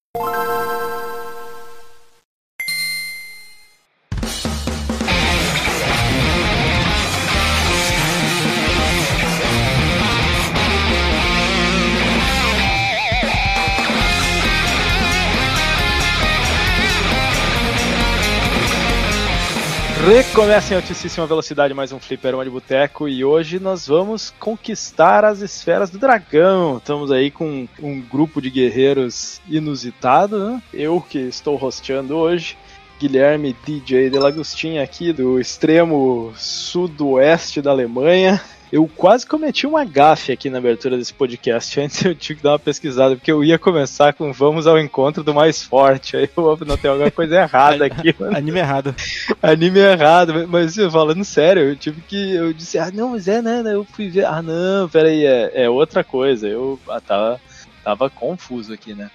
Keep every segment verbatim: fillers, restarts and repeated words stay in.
Recomeça em altíssima velocidade mais um Fliperama de Boteco e hoje nós vamos conquistar as esferas do dragão. Estamos aí com um grupo de guerreiros inusitado, né? Eu que estou hosteando hoje, Guilherme D J Delagostin aqui do extremo sudoeste da Alemanha. Eu quase cometi uma gafe aqui na abertura desse podcast, antes eu tive que dar uma pesquisada, porque eu ia começar com vamos ao encontro do mais forte, aí eu não tem alguma coisa errada aqui. Mano. Anime errado. Anime errado, mas falando sério, eu tive que, eu disse, ah não, mas é, né, eu fui ver, ah não, peraí, é, é outra coisa, eu ah, tava, tava confuso aqui, né.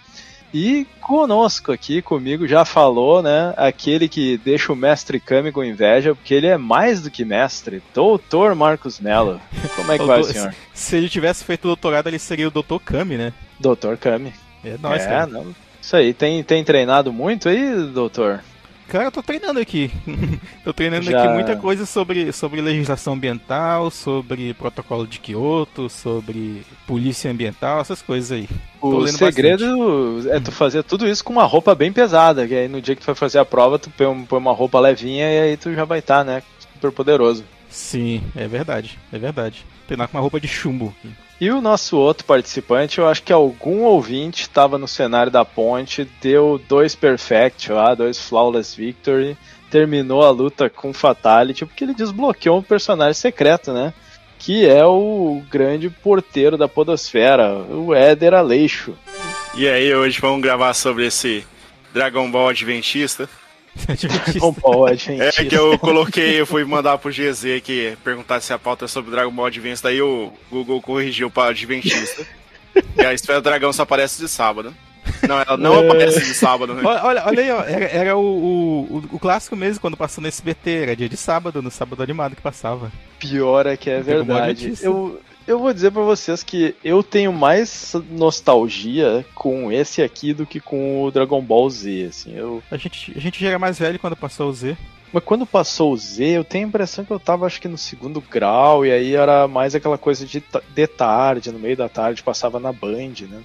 E conosco aqui, comigo, já falou, né, aquele que deixa o mestre Kami com inveja, porque ele é mais do que mestre, doutor Marcos Mello. Como é que vai, senhor? Se ele tivesse feito doutorado, ele seria o doutor Kami, né? doutor Kami. É nóis, é, cara. Não, isso aí, tem, tem treinado muito aí, doutor? Cara, eu tô treinando aqui. tô treinando Já... aqui muita coisa sobre, sobre legislação ambiental, sobre protocolo de Kyoto, sobre polícia ambiental, essas coisas aí. O segredo bastante. É tu fazer tudo isso com uma roupa bem pesada, que aí no dia que tu vai fazer a prova, tu põe uma roupa levinha e aí tu já vai estar, né, super poderoso. Sim, é verdade, é verdade. Treinar com uma roupa de chumbo. E o nosso outro participante, eu acho que algum ouvinte estava no cenário da ponte, deu dois perfect lá, dois flawless victory, terminou a luta com fatality, porque ele desbloqueou um personagem secreto, né? Que é o grande porteiro da podosfera, o Éder Aleixo. E aí, hoje vamos gravar sobre esse Dragon Ball Adventista. Dragon Ball Adventista. É que eu coloquei, eu fui mandar pro G Z que perguntar se a pauta é sobre Dragon Ball Adventista, daí o Google corrigiu para Adventista. E a esfera do dragão só aparece de sábado. Não, ela não é... aparece de sábado, né? Olha, olha aí, ó, era, era o, o, o clássico mesmo, quando passou no S B T, era dia de sábado, no sábado animado que passava. Pior é que é verdade. Eu, eu vou dizer pra vocês que eu tenho mais nostalgia com esse aqui do que com o Dragon Ball Z, assim. Eu... A gente, a gente já era mais velho quando passou o Z. Mas quando passou o Z, eu tenho a impressão que eu tava, acho que no segundo grau, e aí era mais aquela coisa de, de tarde, no meio da tarde, passava na Band, né?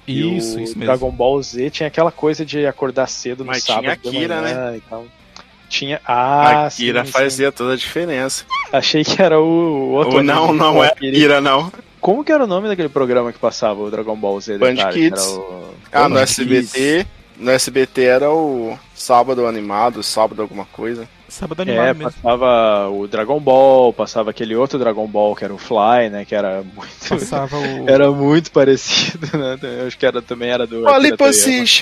E isso, o isso mesmo. Dragon Ball Z tinha aquela coisa de acordar cedo no Mas sábado tinha Akira, de manhã, né? Então, tinha... Ah, a Akira sim, fazia sim. toda a diferença. Achei que era o outro... Ou não, não é Akira, não. Como que era o nome daquele programa que passava o Dragon Ball Z? Band Kids. O... Ah, Band no S B T... No S B T era o Sábado Animado, Sábado alguma coisa. Sábado Animado é, mesmo. Passava o Dragon Ball, passava aquele outro Dragon Ball que era o Fly, né, que era muito... Passava o... Era muito parecido, né, eu acho que era, também era do... Olha position,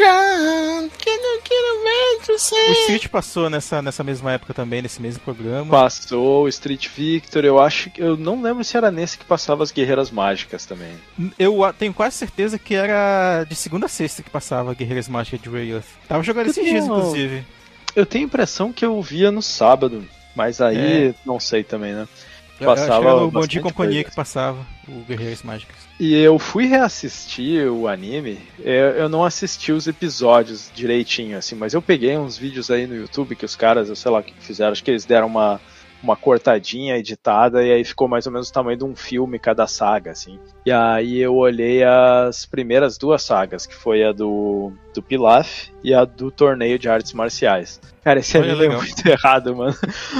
que não quero ver você. O Street passou nessa, nessa mesma época também, nesse mesmo programa. Passou o Street Victor, eu acho que... Eu não lembro se era nesse que passava as Guerreiras Mágicas também. Eu tenho quase certeza que era de segunda a sexta que passava Guerreiras Mágicas de Ray Earth. Tava jogando esses dias, inclusive. Eu tenho a impressão que eu via no sábado, mas aí é. Não sei também, né? Passava eu acho que era no Bom Dia e Companhia coisa. Que passava o Guerreiras Mágicas. E eu fui reassistir o anime, eu não assisti os episódios direitinho, assim, mas eu peguei uns vídeos aí no YouTube que os caras, eu sei lá o que fizeram, acho que eles deram uma, uma cortadinha editada e aí ficou mais ou menos o tamanho de um filme cada saga, assim. E aí eu olhei as primeiras duas sagas, que foi a do, do Pilaf e a do Torneio de Artes Marciais. Cara, esse Olha, anime legal. é muito errado, mano.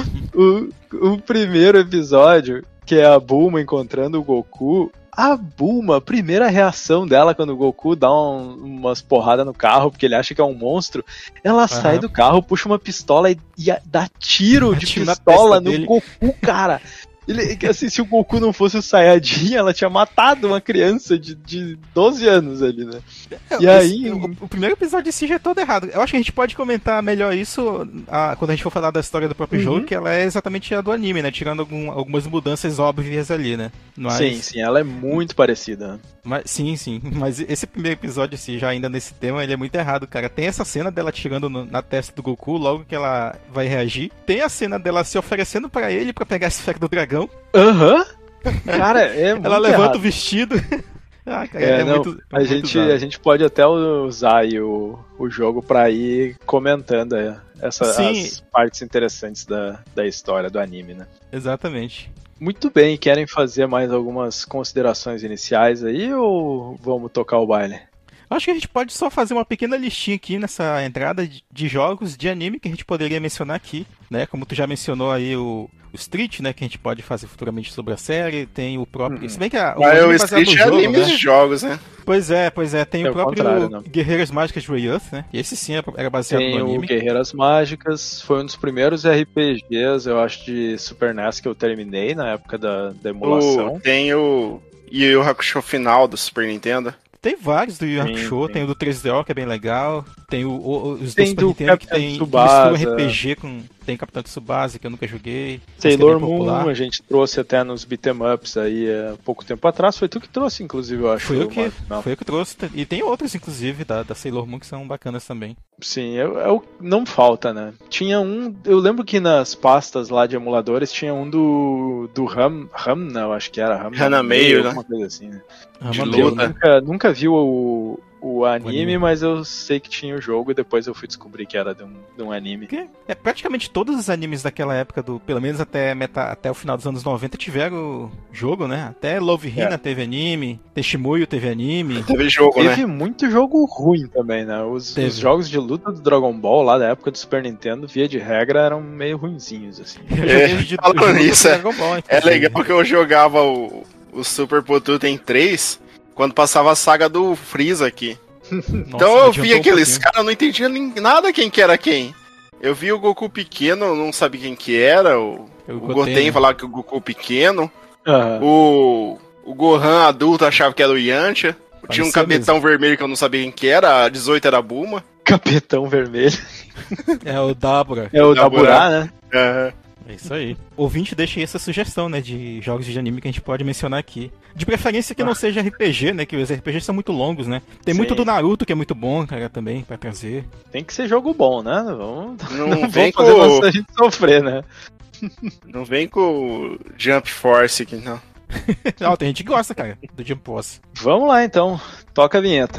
o, o primeiro episódio, que é a Bulma encontrando o Goku... A Bulma, a primeira reação dela quando o Goku dá um, umas porradas no carro, porque ele acha que é um monstro, ela uhum. sai do carro, puxa uma pistola e, e dá tiro de Tiro pistola no dele. Goku, cara. Ele, assim, se o Goku não fosse o Saiyajin, ela tinha matado uma criança de, de doze anos ali, né? É, e aí... O, o primeiro episódio de si já é todo errado. Eu acho que a gente pode comentar melhor isso a, quando a gente for falar da história do próprio uhum. jogo, que ela é exatamente a do anime, né? Tirando algum, algumas mudanças óbvias ali, né? Mas... Sim, sim, ela é muito parecida. Mas, sim, sim. Mas esse primeiro episódio, assim, já ainda nesse tema, ele é muito errado, cara. Tem essa cena dela tirando no, na testa do Goku logo que ela vai reagir. Tem a cena dela se oferecendo pra ele pra pegar a esfera do dragão. Aham. Uhum. Cara, é muito Ela levanta errado. o vestido. Ah, cara, É, é não, muito, é a, muito gente, usado. a gente pode até usar aí o, o jogo pra ir comentando é, essa, Sim. as partes interessantes da, da história do anime, né? Exatamente. Muito bem, querem fazer mais algumas considerações iniciais aí ou vamos tocar o baile? Acho que a gente pode só fazer uma pequena listinha aqui nessa entrada de- de jogos de anime que a gente poderia mencionar aqui, né? Como tu já mencionou aí o, o Street, né? Que a gente pode fazer futuramente sobre a série. Tem o próprio... Uhum. Se bem que a, o Mas anime o é baseado Street no é jogo, anime né? de jogos, né? Pois é, pois é. Tem É o o próprio contrário, né? Guerreiras Mágicas de Earth, né? E esse sim era baseado Tem no o anime. Guerreiras Mágicas, foi um dos primeiros R P Gs, eu acho, de Super N E S que eu terminei na época da, da emulação. O, tem o Yu Yu Hakusho final do Super Nintendo. Tem vários do Yu Yu Sim, Hakusho, sim. tem o do três D O, que é bem legal. Tem o, o- os Tem do Super do Nintendo que Capitão tem que Tsubasa. mistura R P G com... Tem Capitão Tsubasa, que eu nunca joguei. mas que é Sailor bem Moon, popular. a gente trouxe até nos beat'em ups aí há pouco tempo atrás. Foi tu que trouxe, inclusive, eu acho. Foi eu que, Marco. Não. foi eu que trouxe. E tem outros, inclusive, da, da Sailor Moon que são bacanas também. Sim, eu, eu- não falta, né? Tinha um. Eu lembro que nas pastas lá de emuladores tinha um do. do Ram. Ram, não, acho que era Ram. Hanameio, né? Alguma coisa assim, né? De Rama Meio, luta. né? Nunca, nunca vi o, o anime, anime. mas eu sei que tinha o jogo e depois eu fui descobrir que era de um, de um anime. Porque é, praticamente todos os animes daquela época, do, pelo menos até, meta, até o final dos anos noventa, tiveram jogo, né? Até Love Hina É. teve anime, Teshimuyo teve anime. Teve jogo, né? Teve muito jogo ruim também, né? Os, Teve. os jogos de luta do Dragon Ball lá da época do Super Nintendo, via de regra, eram meio ruinzinhos, assim. Eu É, joguei de- falando eu joguei nisso, do é- Dragon Ball, É inclusive. legal que eu jogava o, o Super Potuten três quando passava a saga do Freeza aqui. Nossa, Então eu adiantou vi um aqueles pouquinho. caras, eu não entendia nem nada quem que era quem. Eu vi o Goku pequeno, não sabia quem que era. O, É o o Goten, Goten né? falava que o Goku pequeno. Aham. O, o Gohan adulto achava que era o Yantia. Tinha um Parecia cabetão vermelho que eu não sabia quem que era. A dezoito era a Bulma. Capetão Vermelho. É o Dabura. É o Daburá. Daburá, né? Aham. É isso aí. Ouvinte, deixa aí essa sugestão, né, de jogos de anime que a gente pode mencionar aqui. De preferência que não seja R P G, né, que os R P Gs são muito longos, né. Tem Sim. muito do Naruto, que é muito bom, cara, também, pra trazer. Tem que ser jogo bom, né? Vamos, Não, não vem vamos fazer com, nossa gente sofrer, né? não vem com o Jump Force aqui, não. Não, tem gente que gosta, cara, do Jump Force. Vamos lá então, toca a vinheta.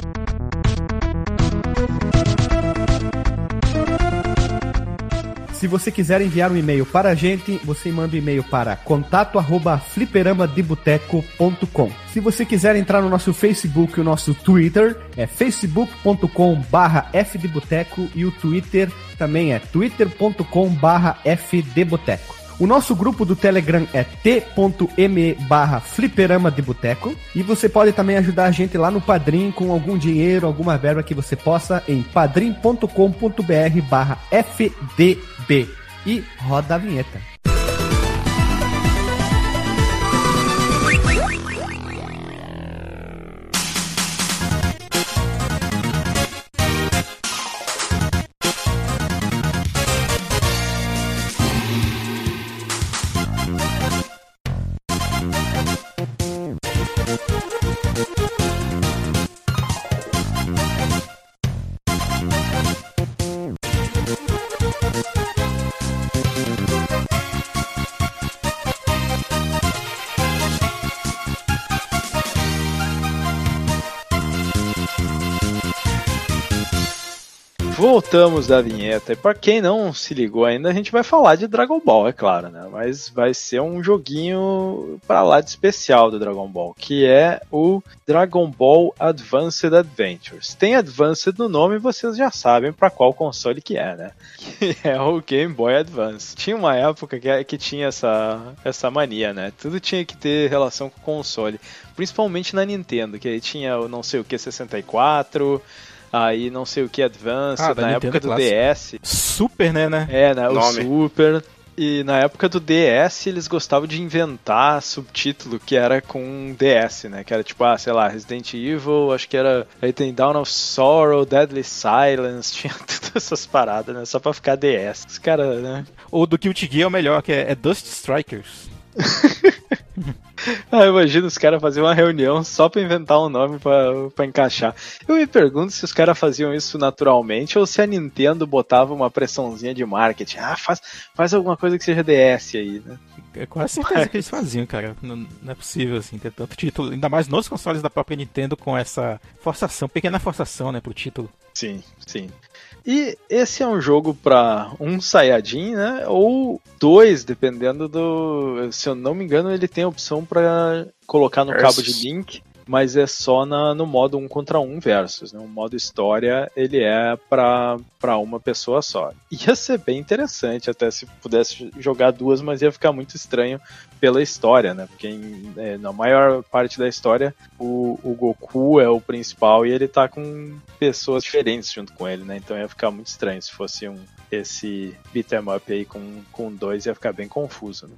Se você quiser enviar um e-mail para a gente, você manda um e-mail para contato arroba fliperamadeboteco ponto com. Se você quiser entrar no nosso Facebook e o nosso Twitter, é facebook ponto com barra fdboteco e o Twitter também é twitter ponto com barra fdboteco. O nosso grupo do Telegram é t.me barra fliperama de boteco. E você pode também ajudar a gente lá no Padrim com algum dinheiro, alguma verba que você possa em padrim ponto com ponto br barra fdb. E roda a vinheta. Voltamos da vinheta. E pra quem não se ligou ainda, a gente vai falar de Dragon Ball, é claro, né? Mas vai ser um joguinho pra lá de especial do Dragon Ball, que é o Dragon Ball Advanced Adventures. Tem Advanced no nome, vocês já sabem pra qual console que é, né? Que é o Game Boy Advance. Tinha uma época que, que tinha essa, essa mania, né? Tudo tinha que ter relação com o console. Principalmente na Nintendo, que aí tinha o não sei o que sessenta e quatro... Aí não sei o que Advance, Ah, da na Nintendo época do clássico. D S. Super, né, né? É, né, o Nome. Super. E na época do D S eles gostavam de inventar subtítulo que era com D S, né? Que era tipo, ah, sei lá, Resident Evil, acho que era. Aí tem Dawn of Sorrow, Deadly Silence, tinha todas essas paradas, né? Só pra ficar D S. Os caras, né? O do Guilty Gear é o melhor, que é, é Dust Strikers. Ah, imagina os caras faziam uma reunião só pra inventar um nome pra, pra encaixar. Eu me pergunto se os caras faziam isso naturalmente ou se a Nintendo botava uma pressãozinha de marketing. Ah, faz, faz alguma coisa que seja D S aí, né? É quase certeza que eles faziam, cara. Não, não é possível, assim, ter tanto título. Ainda mais nos consoles da própria Nintendo com essa forçação, pequena forçação, né, pro título. Sim, sim. E esse é um jogo pra um Saiyajin, né? Ou dois, dependendo do... Se eu não me engano, ele tem a opção pra colocar no cabo de link, mas é só na, no modo um contra um versus, né? O modo história, ele é pra, pra uma pessoa só. Ia ser bem interessante até se pudesse jogar duas, mas ia ficar muito estranho pela história, né? Porque em, é, na maior parte da história, o, o Goku é o principal e ele tá com pessoas diferentes junto com ele, né? Então ia ficar muito estranho se fosse um, esse beat'em up aí com, com dois, ia ficar bem confuso, né?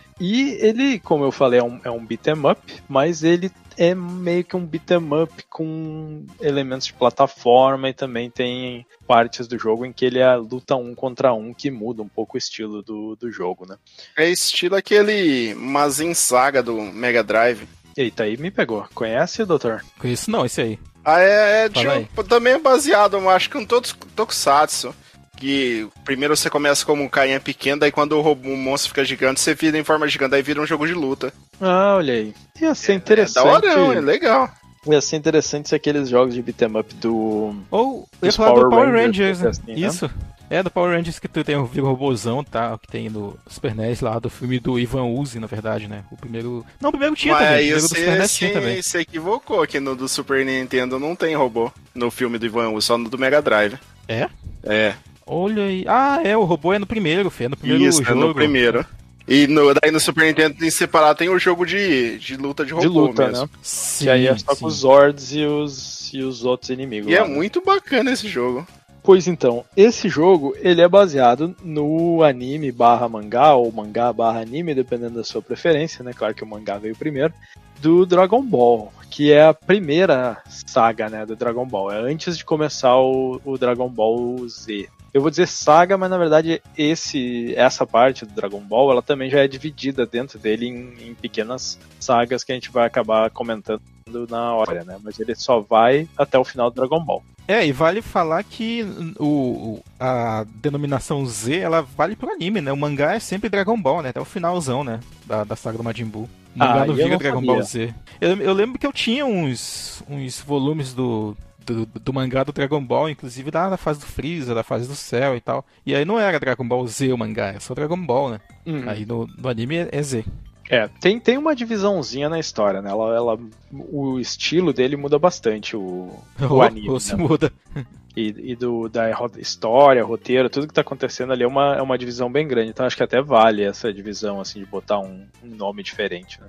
E ele, como eu falei, é um, é um beat'em up, mas ele é meio que um beat'em up com elementos de plataforma e também tem partes do jogo em que ele é luta um contra um, que muda um pouco o estilo do, do jogo, né? É estilo aquele Mazin Saga do Mega Drive. Eita, aí me pegou. Conhece, doutor? Conheço não, esse aí. Ah, é, é de Fala um, aí. também é baseado, eu acho que um todos- Tokusatsu. Que primeiro você começa como um carinha pequeno, daí quando o, robô, o monstro fica gigante, você vira em forma gigante, daí vira um jogo de luta. Ah, olha aí. Ia ser É interessante. da hora, é legal. Ia ser interessante se aqueles jogos de beat'em up do... Ou, eu ia Dos falar do Power Power Rangers, Rangers, né? assim, né? Isso. É, do Power Rangers que tu tem o vira robôzão, tá? Que tem no Super N E S lá, do filme do Ivan Uzi, na verdade, né? O primeiro... Não, o primeiro tinha Mas também, o aí primeiro do Super N E S tinha também. você se equivocou, que no do Super Nintendo não tem robô. No filme do Ivan Uzi, só no do Mega Drive. É? É. Olha aí. Ah, é, o robô é no primeiro, Fê, é no primeiro Isso, jogo. é no primeiro. E no, daí no Super Nintendo, em separado, tem o jogo de, de luta de robô de luta, mesmo. né? Sim, Que aí é só sim. com os Zords e os, e os outros inimigos. E lá, é né? muito bacana esse jogo. Pois então, esse jogo, ele é baseado no anime barra mangá, ou mangá barra anime, dependendo da sua preferência, né? Claro que o mangá veio primeiro, do Dragon Ball, que é a primeira saga, né, do Dragon Ball. É antes de começar o, o Dragon Ball Z. Eu vou dizer saga, mas na verdade esse, essa parte do Dragon Ball, ela também já é dividida dentro dele em, em pequenas sagas que a gente vai acabar comentando na hora, né? Mas ele só vai até o final do Dragon Ball. É, e vale falar que o, o- a denominação Z, ela vale pro anime, né? O mangá é sempre Dragon Ball, né? Até o finalzão, né? Da, da saga do Majin Buu. O mangá Ah, não e eu vira não Dragon sabia. Ball Z. Eu, eu lembro que eu tinha uns, uns volumes do, do, do mangá do Dragon Ball, inclusive lá na fase do Freeza, da fase do Cell e tal. E aí não era Dragon Ball Z o mangá, era só Dragon Ball, né? Uhum. Aí no, no anime é, é Z. É, tem, tem uma divisãozinha na história, né? Ela, ela, o estilo dele muda bastante, o, o Ou- anime, ou se né? muda. E, e do, da ro- história, roteiro, tudo que tá acontecendo ali é uma, é uma divisão bem grande. Então acho que até vale essa divisão, assim, de botar um, um nome diferente, né?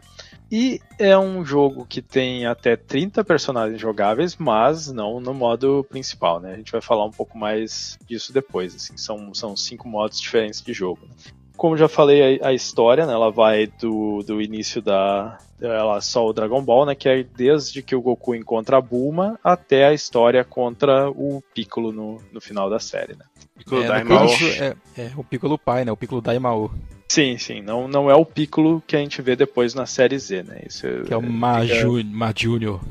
E é um jogo que tem até trinta personagens jogáveis, mas não no modo principal, né? A gente vai falar um pouco mais disso depois, assim. São, são cinco modos diferentes de jogo, né? Como já falei, a, a história, né, ela vai do, do início da... Ela só o Dragon Ball, né, que é desde que o Goku encontra a Bulma até a história contra o Piccolo no, no final da série, né? Piccolo É, no Daimao. caso, é, é o Piccolo pai, né? O Piccolo Daimao. Sim, sim, não, não é o Piccolo que a gente vê depois na série Z, né? Isso Que é o fica- Maju, Majunior.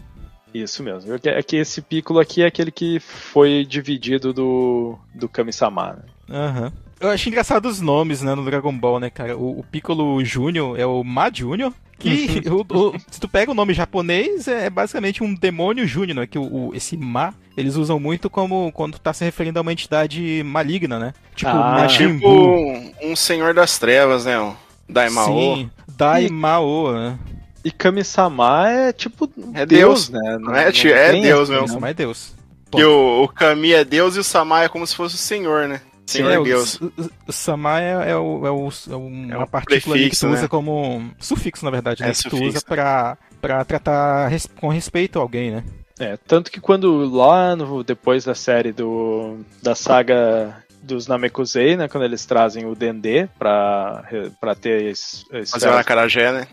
Isso mesmo. É que esse Piccolo aqui é aquele que foi dividido do, do Kami-sama, né? Aham. Eu acho engraçado os nomes, né, no Dragon Ball, né, cara? O, o Piccolo Júnior é o Ma Júnior, que o- o- se tu pega o nome japonês, é basicamente um demônio júnior, né? Que o, o- esse Ma, eles usam muito como quando tá se referindo a uma entidade maligna, né? Tipo, Ah, Majin Tipo Buu. um, um Senhor das Trevas, né? O Daimao. Sim, Daimao, né? E Kami-sama é tipo É Deus, Deus. né? Não é, tio? É tem Deus assim, mesmo. né? Nossa, mas Deus. Que o, o Kami é Deus e o Sama é como se fosse o Senhor, né? Senhor é, o- Deus. O, o Sama é, é, o, é, o, é um- É uma um partícula ali que tu prefixo, usa né? como sufixo, na verdade, né? É, que tu sufixo. usa pra, pra tratar res- com respeito a alguém, né? É, tanto que quando lá no, depois da série do da saga dos Namekusei, né? Quando eles trazem o Dendê pra, pra ter esse... Fazer uma acarajé, né?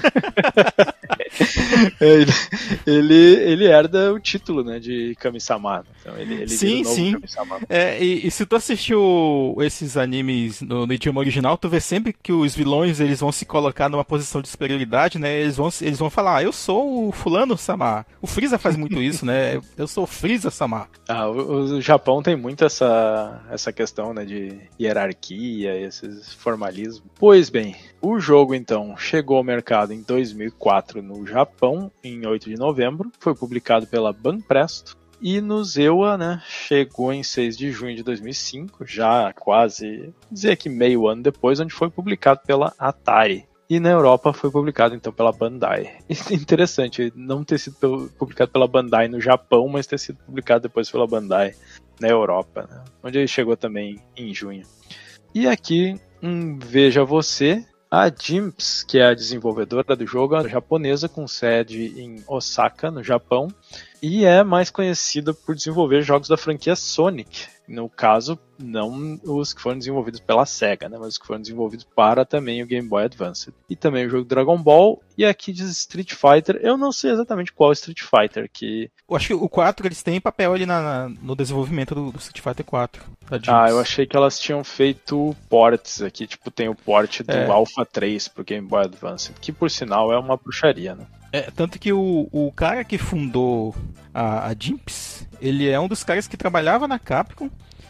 ele, ele, ele herda o título, né, de Kami-sama. Então ele, ele sim, sim. É, e, e se tu assistiu esses animes no, no idioma original, tu vê sempre que os vilões eles vão se colocar numa posição de superioridade, né? Eles vão, eles vão falar, ah, eu sou o fulano-sama. O Freeza faz muito isso, né? Eu sou o Freeza-sama. Ah, o, o Japão tem muito essa, essa questão, né, de hierarquia, esses formalismos. Pois bem, o jogo então chegou ao mercado em dois mil e quatro no Japão, em oito de novembro. Foi publicado pela Banpresto. E no Zewa, né, chegou em seis de junho de dois mil e cinco, já quase, dizer que meio ano depois, onde foi publicado pela Atari. E na Europa foi publicado então pela Bandai. E interessante não ter sido publicado pela Bandai no Japão, mas ter sido publicado depois pela Bandai na Europa, né, onde ele chegou também em junho. E aqui, um Veja Você, a Jimps, que é a desenvolvedora do jogo, é japonesa com sede em Osaka, no Japão, e é mais conhecida por desenvolver jogos da franquia Sonic. No caso, não os que foram desenvolvidos pela SEGA, né, mas os que foram desenvolvidos para também o Game Boy Advance. E também o jogo Dragon Ball, e aqui diz Street Fighter. Eu não sei exatamente qual Street Fighter que... Eu acho que o quatro, eles têm papel ali na, na, no desenvolvimento do, do Street Fighter quatro. Ah, eu achei que elas tinham feito ports aqui, tipo, tem o port do é. Alpha três pro Game Boy Advance, que por sinal é uma bruxaria, né? É, tanto que o, o cara que fundou a, a Jimps, ele é um dos caras que trabalhava na Capcom,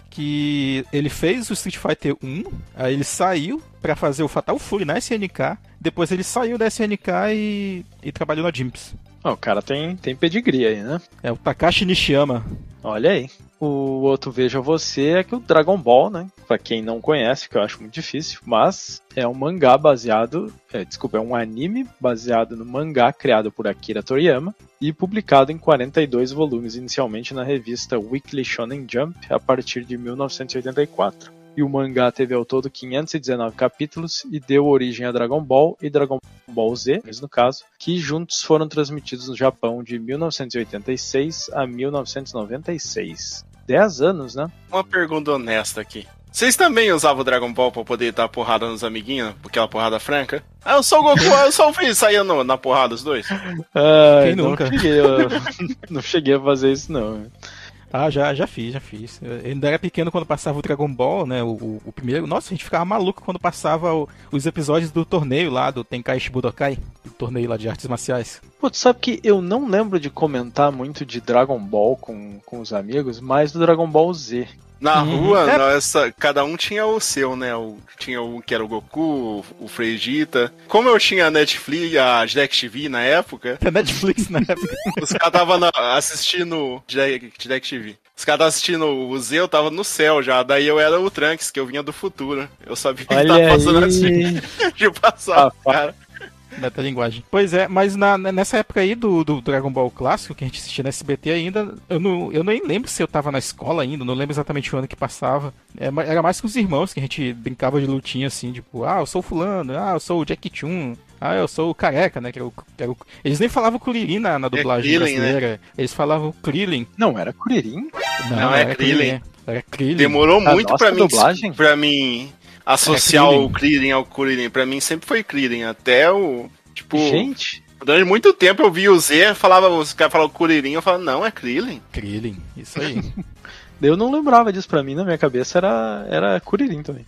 que ele fez o Street Fighter um, aí ele saiu pra fazer o Fatal Fury na S N K, depois ele saiu da S N K e, e trabalhou na Jimps. Oh, o cara tem, tem pedigree aí, né? É o Takashi Nishiyama. Olha aí. O outro Veja Você é que o Dragon Ball, né? Pra quem não conhece, que eu acho muito difícil, mas é um mangá baseado... É, desculpa, é um anime baseado no mangá criado por Akira Toriyama e publicado em quarenta e dois volumes inicialmente na revista Weekly Shonen Jump a partir de mil novecentos e oitenta e quatro. E o mangá teve ao todo quinhentos e dezenove capítulos e deu origem a Dragon Ball e Dragon Ball Z, no caso, que juntos foram transmitidos no Japão de mil novecentos e oitenta e seis a mil novecentos e noventa e seis. Dez anos, né? Uma pergunta honesta aqui. Vocês também usavam o Dragon Ball pra poder dar porrada nos amiguinhos? Aquela porrada franca? Ah, eu sou o Goku, eu sou o Freeza, saía no, na porrada os dois? Ah, Quem nunca? Não cheguei, eu, não cheguei a fazer isso, não. Ah, já, já fiz, já fiz. Eu ainda era pequeno quando passava o Dragon Ball, né, o, o, o primeiro. Nossa, a gente ficava maluco quando passava o, os episódios do torneio lá, do Tenkaichi Budokai, do torneio lá de artes marciais. Pô, tu sabe que eu não lembro de comentar muito de Dragon Ball com, com os amigos, mas do Dragon Ball Z. Na uhum. rua, é. Nossa, cada um tinha o seu, né? O, tinha o que era o Goku, o Vegeta. Como eu tinha a Netflix, a DirecTV na época... A Netflix na época. Os caras estavam assistindo DirecTV. Os caras estavam assistindo o Z, eu tava no céu já. Daí eu era o Trunks, que eu vinha do futuro. Eu sabia que tava passando assim de passar, ah, cara. Metalinguagem. Pois é, mas na, nessa época aí do, do Dragon Ball clássico, que a gente assistia na S B T ainda, eu, não, eu nem lembro se eu tava na escola ainda, não lembro exatamente o ano que passava. É, era mais com os irmãos que a gente brincava de lutinha assim, tipo, ah, eu sou o fulano, ah, eu sou o Jack Chun, ah, eu sou o Careca, né? Que era o, que era o... Eles nem falavam Kuririn na, na dublagem é Krillin, brasileira, né? Eles falavam Krillin. Não, era Kuririn? Não, não é Krillin. Krillin. Era Krillin. Demorou a muito pra mim, dublagem? pra mim associar o Krillin ao Kuririn. Pra mim sempre foi Krillin, até o... Tipo, gente, durante muito tempo eu vi o Z, falava, os caras falavam Kuririn, eu falava, não, é Krillin. Krillin, isso aí. Eu não lembrava disso, pra mim, na minha cabeça era, era Kuririn também.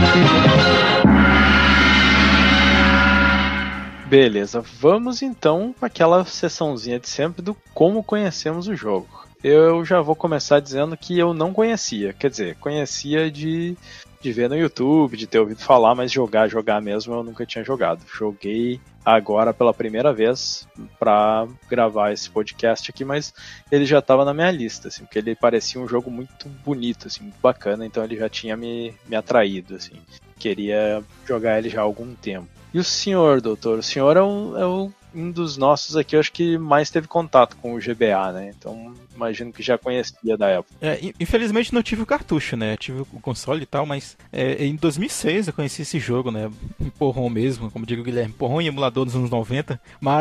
Beleza, vamos então para aquela sessãozinha de sempre do como conhecemos o jogo. Eu já vou começar dizendo que eu não conhecia, quer dizer, conhecia de... de ver no YouTube, de ter ouvido falar, mas jogar, jogar mesmo eu nunca tinha jogado. Joguei agora pela primeira vez pra gravar esse podcast aqui, mas ele já estava na minha lista, assim, porque ele parecia um jogo muito bonito, assim, muito bacana, então ele já tinha me, me atraído, assim. Queria jogar ele já há algum tempo. E o senhor, doutor? O senhor é um, é um um dos nossos aqui, eu acho que mais teve contato com o G B A, né? Então, imagino que já conhecia da época. É, infelizmente não tive o cartucho, né? Eu tive o console e tal, mas é, em dois mil e seis eu conheci esse jogo, né? Empurrão mesmo, como digo o Guilherme, empurrão em emulador dos anos noventa, mas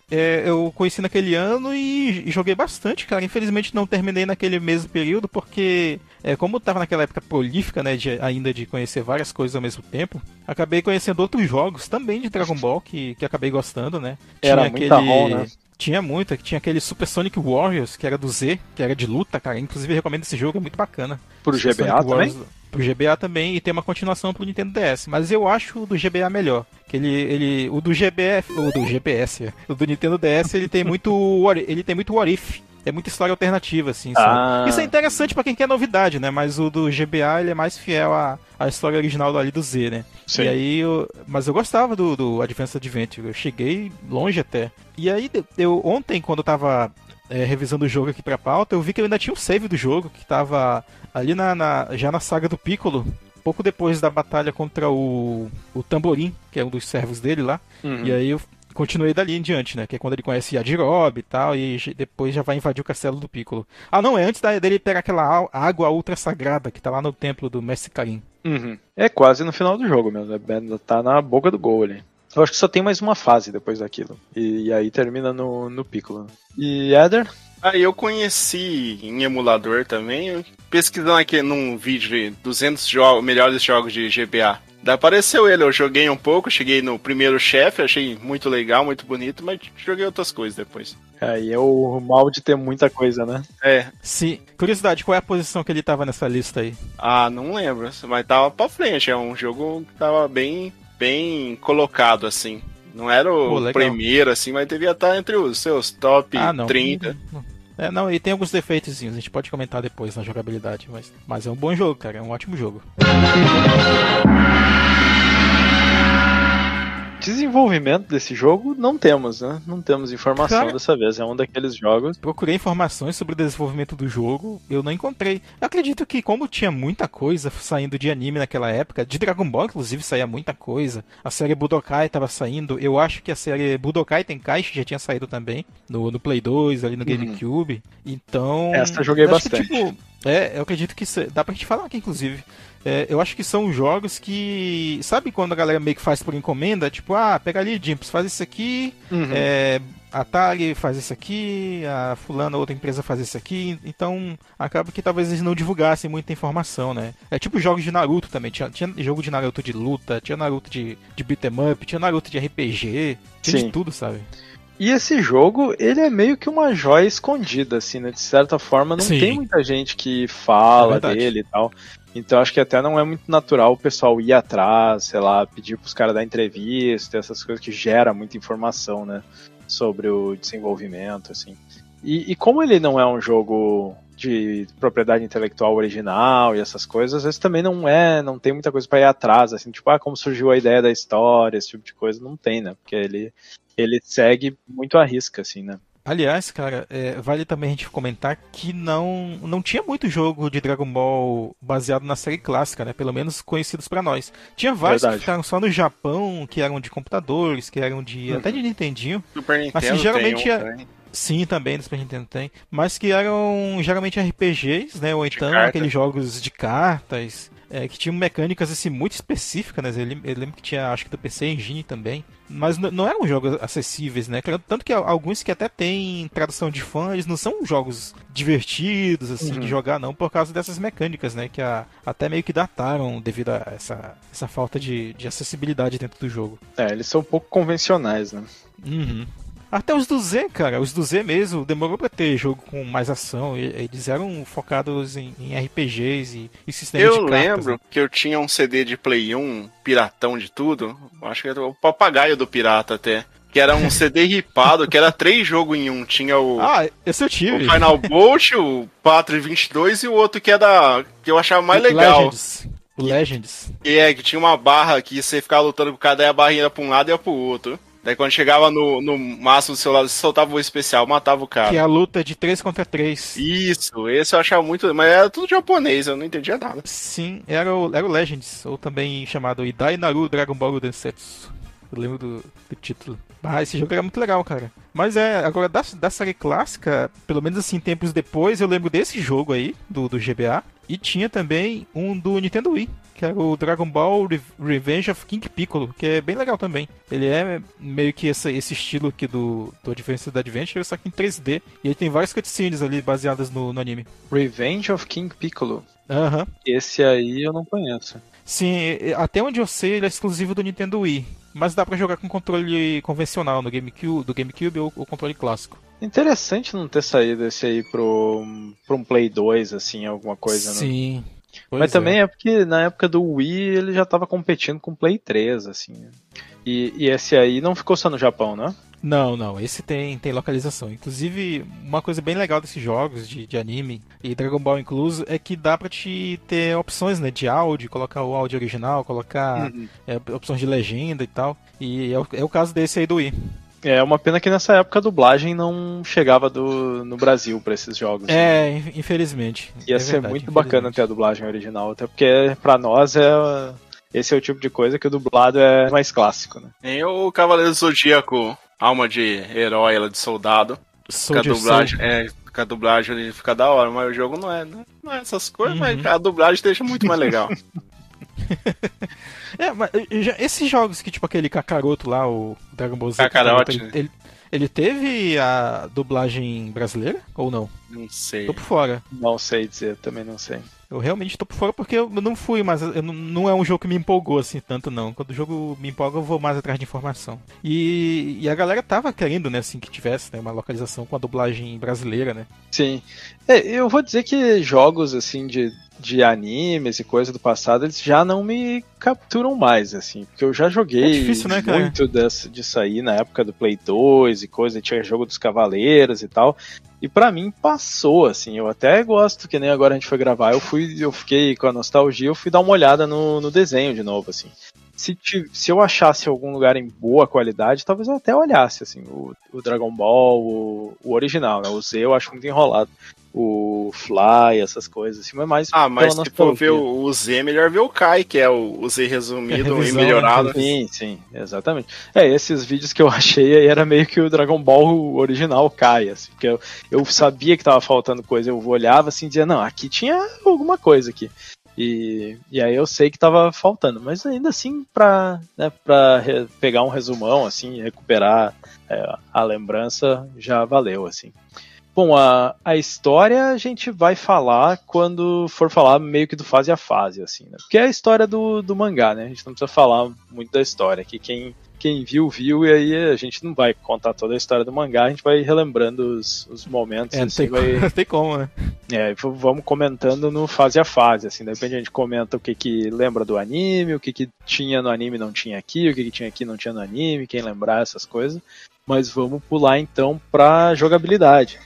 é, eu conheci naquele ano e, e joguei bastante, cara. Infelizmente não terminei naquele mesmo período, porque é, como eu tava naquela época prolífica, né, de, ainda de conhecer várias coisas ao mesmo tempo, acabei conhecendo outros jogos também de Dragon Ball que, que acabei gostando, né. Era Tinha muita aquele... ROM, né? Tinha muito, tinha aquele Super Sonic Warriors, que era do Z, que era de luta, cara. Inclusive recomendo esse jogo, é muito bacana. Pro G B A também? Pro G B A também, e tem uma continuação pro Nintendo D S. Mas eu acho o do G B A melhor. Que ele, ele, o do G B F, o do G P S, o do Nintendo D S, ele tem muito, ele tem muito what if. É muita história alternativa, assim. Ah. Isso é interessante pra quem quer novidade, né? Mas o do G B A, ele é mais fiel à, à história original ali do Z, né? Sim. E aí, eu, mas eu gostava do, do Advance Adventure. Eu cheguei longe até. E aí, eu ontem, quando eu tava é, revisando o jogo aqui pra pauta, eu vi que eu ainda tinha um save do jogo, que tava ali na, na, já na saga do Piccolo, pouco depois da batalha contra o, o Tamborim, que é um dos servos dele lá. Uhum. E aí eu continuei dali em diante, né? Que é quando ele conhece Yajirobe e tal, e depois já vai invadir o castelo do Piccolo. Ah, não, é antes dele pegar aquela água ultra sagrada que tá lá no templo do Mestre Karin. Uhum. É quase no final do jogo mesmo, né? Tá na boca do gol ali. Eu acho que só tem mais uma fase depois daquilo. E, e aí termina no, no Piccolo. E Eder? Aí eu conheci em emulador também, pesquisando aqui num vídeo de duzentos jo- melhores jogos de G B A. Daí apareceu ele, eu joguei um pouco, cheguei no primeiro chefe, achei muito legal, muito bonito, mas joguei outras coisas depois. Aí é o mal de ter muita coisa, né? É. Sim. Curiosidade, qual é a posição que ele tava nessa lista aí? Ah, não lembro, mas tava pra frente, é um jogo que tava bem, bem colocado, assim. Não era o Pô, legal. primeiro, assim, mas devia estar entre os seus top Ah, não. trinta. É, não, e tem alguns defeitos, a gente pode comentar depois na jogabilidade, mas, mas é um bom jogo, cara, é um ótimo jogo. Desenvolvimento desse jogo não temos, né? Não temos informação Cara, dessa vez. É um daqueles jogos. procurei informações sobre o desenvolvimento do jogo, eu não encontrei. Eu acredito que como tinha muita coisa saindo de anime naquela época, de Dragon Ball inclusive saía muita coisa, a série Budokai estava saindo, eu acho que a série Budokai Tenkaichi já tinha saído também, no, no Play dois, ali no GameCube, então... Essa eu joguei eu acho bastante. Que, tipo, é, eu acredito que dá pra gente falar aqui inclusive. É, eu acho que são jogos que... Sabe quando a galera meio que faz por encomenda? Tipo, ah, pega ali, Jimps, faz isso aqui, Uhum. é, a Atari faz isso aqui, a fulana, outra empresa faz isso aqui, então acaba que talvez eles não divulgassem muita informação, né? É tipo jogos de Naruto também, tinha, tinha jogo de Naruto de luta, tinha Naruto de, de beat'em up, tinha Naruto de R P G, tinha Sim. de tudo, sabe? E esse jogo, ele é meio que uma joia escondida, assim, né? De certa forma, não Sim. tem muita gente que fala É verdade. dele e tal. Então acho que até não é muito natural o pessoal ir atrás, sei lá, pedir pros caras dar entrevista, essas coisas que gera muita informação, né? Sobre o desenvolvimento, assim. E, e como ele não é um jogo de propriedade intelectual original e essas coisas, às vezes também não é, não tem muita coisa pra ir atrás, assim, tipo, ah, como surgiu a ideia da história, esse tipo de coisa, não tem, né? Porque ele, ele segue muito à risca, assim, né? Aliás, cara, é, vale também a gente comentar que não, não tinha muito jogo de Dragon Ball baseado na série clássica, né? Pelo menos conhecidos pra nós. Tinha vários Verdade. que ficaram só no Japão, que eram de computadores, que eram de Uhum. até de Nintendinho. Super Nintendo Assim, geralmente tem um, é- também. Sim, também, no Super Nintendo tem. Mas que eram geralmente R P Gs, né? Ou então carta. aqueles jogos de cartas, é, que tinham mecânicas assim, muito específicas, né? Eu lem- eu lembro que tinha, acho que do P C Engine também. Mas n- não eram jogos acessíveis, né? Tanto que alguns que até tem tradução de fã, eles não são jogos divertidos, assim, Uhum. de jogar, não, por causa dessas mecânicas, né? Que a- até meio que dataram devido a essa, essa falta de, de acessibilidade dentro do jogo. É, eles são um pouco convencionais, né? Uhum. Até os do Z, cara, os do Z mesmo, demorou pra ter jogo com mais ação. e- Eles eram focados em, em R P Gs e, e sistemas Eu de cartas. lembro né? que eu tinha um C D de Play um, piratão de tudo. Acho que era o papagaio do pirata até. Que era um C D ripado, que era três jogos em um. Tinha o, Ah, esse eu o tive. Final Bolt, o Pátria vinte e dois e o outro que era. Que eu achava mais O legal. Legends. O Legends. Que é, que tinha uma barra que você ficava lutando com cada, e a barrinha ia pra um lado e ia pro outro. Daí quando chegava no, no máximo do seu lado, você soltava o especial, matava o cara. Que é a luta de três contra três. Isso, esse eu achava muito. Mas era tudo japonês, eu não entendia nada. Sim, era o, era o Legends, ou também chamado Idai Naru Dragon Ball Densetsu. Eu lembro do, do título. Ah, esse jogo era muito legal, cara. Mas é, agora da, da série clássica, pelo menos assim, tempos depois, eu lembro desse jogo aí, do, do G B A. E tinha também um do Nintendo Wii, que era o Dragon Ball Re- Revenge of King Piccolo, que é bem legal também. Ele é meio que essa, esse estilo aqui do, do Advanced Adventure, só que em três D. E ele tem várias cutscenes ali baseadas no, no anime. Revenge of King Piccolo. Aham. Esse aí eu não conheço. Sim, e- até onde eu sei, ele é exclusivo do Nintendo Wii. Mas dá pra jogar com controle convencional no GameCube, do GameCube ou o controle clássico. Interessante não ter saído esse aí pro, pro um Play dois, assim, alguma coisa, né? Sim. Pois Mas também é. é porque na época do Wii ele já tava competindo com o Play três, assim. né? E, e esse aí não ficou só no Japão, né? Não, não, esse tem, tem localização. Inclusive, uma coisa bem legal desses jogos de, de anime, e Dragon Ball incluso, é que dá pra te ter opções, né, de áudio, colocar o áudio original, colocar Uhum. é, opções de legenda e tal. E é o, é o caso desse aí do Wii. É uma pena que nessa época a dublagem não chegava do, no Brasil pra esses jogos. né? É, in- infelizmente. Ia é ser verdade, muito bacana infelizmente. ter a dublagem original, até porque pra nós é esse é o tipo de coisa que o dublado é mais clássico, né? Nem o Cavaleiro do Zodíaco, alma de herói, ela de soldado. Com a Soldier dublagem, Soul. é, com a dublagem ele fica da hora, mas o jogo não é, não não é essas coisas, Uhum. mas a dublagem deixa muito mais legal. É, mas já- esses jogos que, tipo aquele Kakaroto lá, o Dragon Ball Z. Kakarote, ele, ele, ele teve a dublagem brasileira ou não? Não sei. Tô por fora. Não sei dizer, também não sei. Eu realmente tô por fora porque eu não fui, mas eu não, não é um jogo que me empolgou assim tanto não. Quando o jogo me empolga, eu vou mais atrás de informação. E, e a galera tava querendo, né, assim, que tivesse né, uma localização com a dublagem brasileira, né? Sim. É, eu vou dizer que jogos assim de, de animes e coisa do passado, eles já não me capturam mais, assim. Porque eu já joguei É difícil, né, cara? muito dessa, disso aí na época do Play dois e coisa, tinha jogo dos Cavaleiros e tal. E pra mim passou, assim, eu até gosto, que nem agora a gente foi gravar, eu fui, eu fiquei com a nostalgia, eu fui dar uma olhada no, no desenho de novo, assim. Se, ti- se eu achasse algum lugar em boa qualidade, talvez eu até olhasse, assim, o, o Dragon Ball, o, o original, né? O Z eu acho muito enrolado. O Fly, essas coisas, assim, mas mais Ah, mas pela se for nostalgia. ver o o Z, é melhor ver o Kai, que é o, o Z resumido É a revisão, e melhorado. né? Sim, sim, exatamente. É, esses vídeos que eu achei aí era meio que o Dragon Ball original cai, assim, porque eu, eu sabia que tava faltando coisa, eu olhava assim e dizia, não, aqui tinha alguma coisa aqui. E, e aí eu sei que tava faltando, mas ainda assim, pra, né, pra re- pegar um resumão, assim, recuperar é, a lembrança, já valeu, assim. Bom, a, a história a gente vai falar quando for falar meio que do fase a fase, assim, né? Porque é a história do, do mangá, né? A gente não precisa falar muito da história, que quem, quem viu, viu, e aí a gente não vai contar toda a história do mangá, a gente vai relembrando os, os momentos, É, não assim, tem, vai... não tem como, né? É, v- vamos comentando no fase a fase, assim, de repente a gente comenta o que que lembra do anime, o que que tinha no anime e não tinha aqui, o que que tinha aqui e não tinha no anime, quem lembrar essas coisas. Mas vamos pular então pra jogabilidade.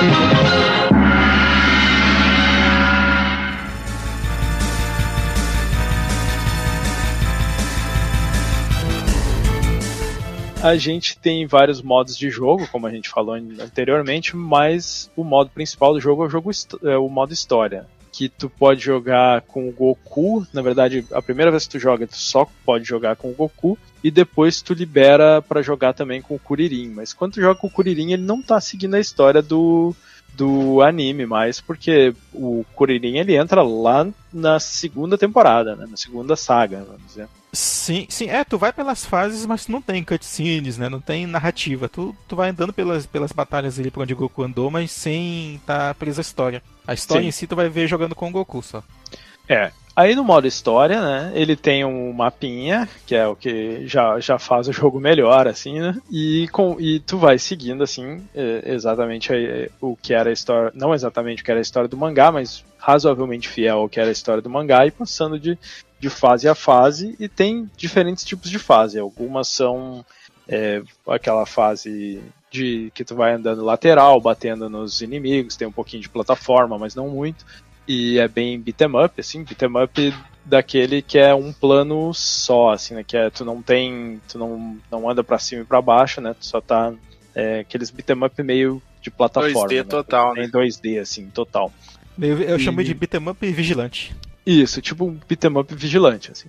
A gente tem vários modos de jogo, como a gente falou anteriormente, mas o modo principal do jogo é o, jogo, histó- é o modo história. Que tu pode jogar com o Goku, na verdade, a primeira vez que tu joga, tu só pode jogar com o Goku, e depois tu libera pra jogar também com o Kuririn. Mas quando tu joga com o Kuririn, ele não tá seguindo a história do, do anime mais, porque o Kuririn ele entra lá na segunda temporada, né? Na segunda saga, vamos dizer. Sim, sim, é, tu vai pelas fases, mas tu não tem cutscenes, né? Não tem narrativa. Tu, tu vai andando pelas, pelas batalhas ali por onde o Goku andou, mas sem estar tá preso à história. A história Sim. em si tu vai ver jogando com o Goku só. É. Aí no modo história, né, ele tem um mapinha, que é o que já, já faz o jogo melhor, assim, né, e, com, e tu vai seguindo, assim, é, exatamente é, o que era a história, não exatamente o que era a história do mangá, mas razoavelmente fiel ao que era a história do mangá, e passando de, de fase a fase, e tem diferentes tipos de fase, algumas são é, aquela fase de que tu vai andando lateral, batendo nos inimigos, tem um pouquinho de plataforma, mas não muito, e é bem beat'em up, assim, beat'em up daquele que é um plano só, assim, né, que é, tu não tem, tu não, não anda pra cima e pra baixo, né, tu só tá, é, aqueles beat'em up meio de plataforma, dois D né, total, em né? dois D, assim, total. Eu, eu E- chamo de beat'em up vigilante. Isso, tipo um beat'em up vigilante, assim.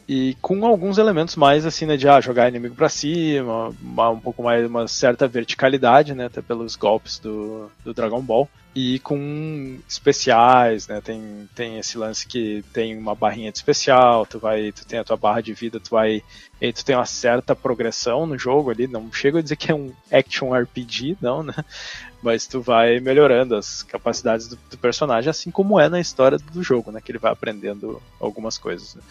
E com alguns elementos mais assim, né, de ah, jogar inimigo pra cima, uma, um pouco mais, uma certa verticalidade, né, até pelos golpes do, do Dragon Ball. E com especiais, né, tem, tem esse lance que tem uma barrinha de especial, tu vai, tu tem a tua barra de vida, tu vai, e tu tem uma certa progressão no jogo ali, não chego a dizer que é um action R P G, não, né, mas tu vai melhorando as capacidades do, do personagem, assim como é na história do jogo, né, que ele vai aprendendo algumas coisas, né.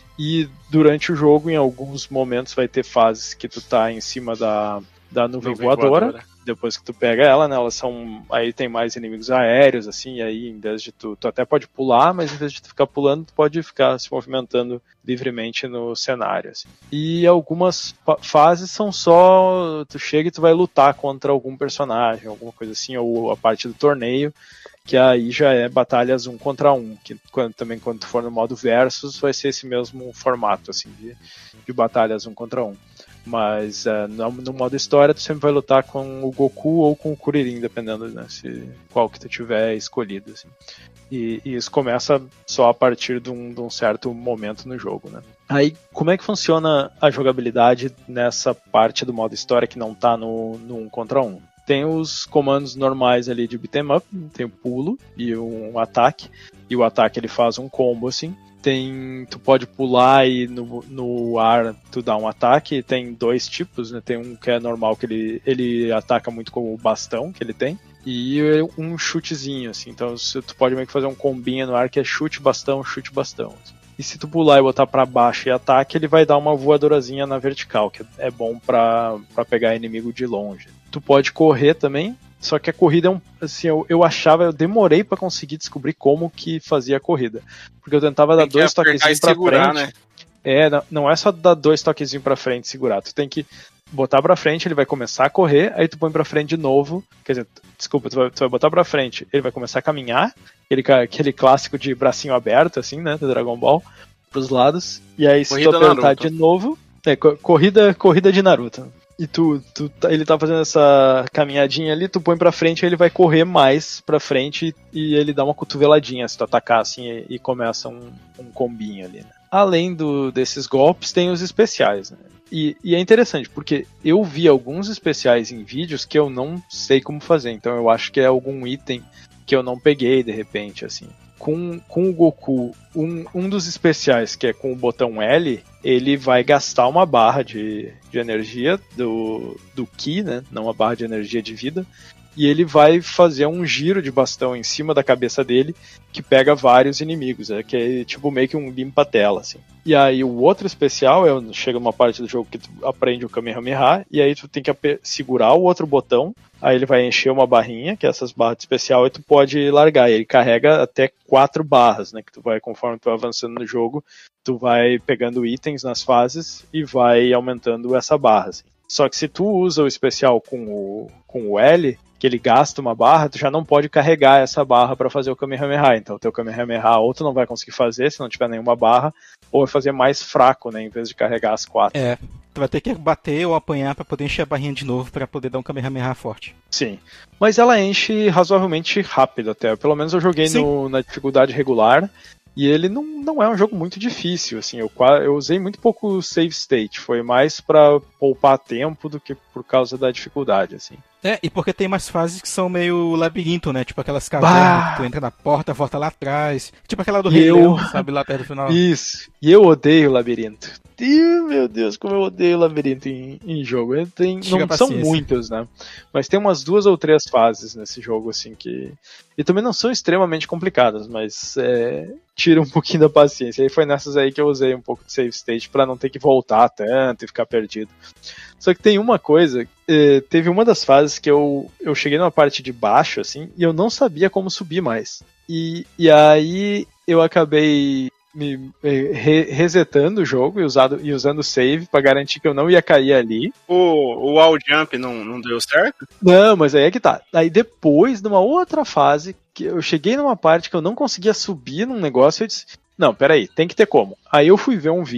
E durante o jogo, em alguns momentos, vai ter fases que tu tá em cima da, da nuvem, nuvem voadora. voadora. Depois que tu pega ela, né? Elas são. Aí tem mais inimigos aéreos, assim, e aí em vez de tu. Tu até pode pular, mas em vez de tu ficar pulando, tu pode ficar se movimentando livremente no cenário, assim. E algumas fases são só. Tu chega e tu vai lutar contra algum personagem, alguma coisa assim, ou a parte do torneio. Que aí já é batalhas um contra um, que quando, também quando tu for no modo versus vai ser esse mesmo formato, assim, de, de batalhas um contra um. Mas uh, no, no modo história tu sempre vai lutar com o Goku ou com o Kuririn, dependendo, né, se, qual que tu tiver escolhido, assim. E, e isso começa só a partir de um, de um certo momento no jogo, né. Aí, como é que funciona a jogabilidade nessa parte do modo história que não tá no, no um contra um? Tem os comandos normais ali de beat'em up, tem o pulo e um ataque, e o ataque ele faz um combo assim. Tem, tu pode pular e no, no ar tu dá um ataque, tem dois tipos, né? Tem um que é normal, que ele, ele ataca muito com o bastão que ele tem, e um chutezinho, assim, então tu pode meio que fazer um combinho no ar que é chute, bastão, chute, bastão. Assim. E se tu pular e botar pra baixo e ataque, ele vai dar uma voadorazinha na vertical, que é bom pra, pra pegar inimigo de longe. Tu pode correr também, só que a corrida é um, assim, eu, eu achava, eu demorei pra conseguir descobrir como que fazia a corrida. Porque eu tentava dar dois toquezinhos pra segurar, frente. Né? É, não, não é só dar dois toquezinhos pra frente e segurar, tu tem que botar pra frente, ele vai começar a correr, aí tu põe pra frente de novo, quer dizer, desculpa, tu vai, tu vai botar pra frente, ele vai começar a caminhar, aquele, aquele clássico de bracinho aberto, assim, né, do Dragon Ball, pros lados, e aí se corrida tu apertar Naruto. De novo, é, corrida, corrida de Naruto. E tu, tu, ele tá fazendo essa caminhadinha ali, tu põe pra frente, aí ele vai correr mais pra frente e ele dá uma cotoveladinha se tu atacar assim e, e começa um, um combinho ali, né? Além do, desses golpes, tem os especiais, né? E, e é interessante, porque eu vi alguns especiais em vídeos que eu não sei como fazer, então eu acho que é algum item que eu não peguei de repente, assim. Com, com o Goku, um, um dos especiais, que é com o botão L, ele vai gastar uma barra de, de energia do, do Ki, né? Não uma barra de energia de vida. E ele vai fazer um giro de bastão em cima da cabeça dele, que pega vários inimigos, né? Que é tipo meio que um limpa-tela, assim. E aí o outro especial, é, chega uma parte do jogo que tu aprende o Kamehameha, e aí tu tem que segurar o outro botão, aí ele vai encher uma barrinha, que é essas barras de especial, e tu pode largar. E ele carrega até quatro barras, né? Que tu vai, conforme tu vai avançando no jogo, tu vai pegando itens nas fases e vai aumentando essa barra, assim. Só que se tu usa o especial com o, com o L, que ele gasta uma barra, tu já não pode carregar essa barra para fazer o Kamehameha. Então o teu Kamehameha ou tu não vai conseguir fazer se não tiver nenhuma barra, ou vai fazer mais fraco, né, em vez de carregar as quatro. É, tu vai ter que bater ou apanhar para poder encher a barrinha de novo para poder dar um Kamehameha forte. Sim, mas ela enche razoavelmente rápido até, pelo menos eu joguei no, na dificuldade regular. E ele não, não é um jogo muito difícil, assim, eu, eu usei muito pouco save state, foi mais pra poupar tempo do que por causa da dificuldade, assim. É, e porque tem mais fases que são meio labirinto, né, tipo aquelas cavernas que tu entra na porta, volta lá atrás, tipo aquela do Rei Leão, sabe, lá perto do final. Isso, e eu odeio labirinto. Ih, meu Deus, como eu odeio labirinto em, em jogo. Tem, não são muitos, né? Mas tem umas duas ou três fases nesse jogo, assim, que... E também não são extremamente complicadas, mas é... tira um pouquinho da paciência. E foi nessas aí que eu usei um pouco de save state pra não ter que voltar tanto e ficar perdido. Só que tem uma coisa, eh, teve uma das fases que eu, eu cheguei numa parte de baixo, assim, e eu não sabia como subir mais. E, e aí eu acabei me re, resetando o jogo e, usado, e usando o save pra garantir que eu não ia cair ali. O, o wall jump não, não deu certo? Não, mas aí é que tá. Aí depois, numa outra fase, que eu cheguei numa parte que eu não conseguia subir num negócio, eu disse, não, peraí, tem que ter como. Aí eu fui ver um vídeo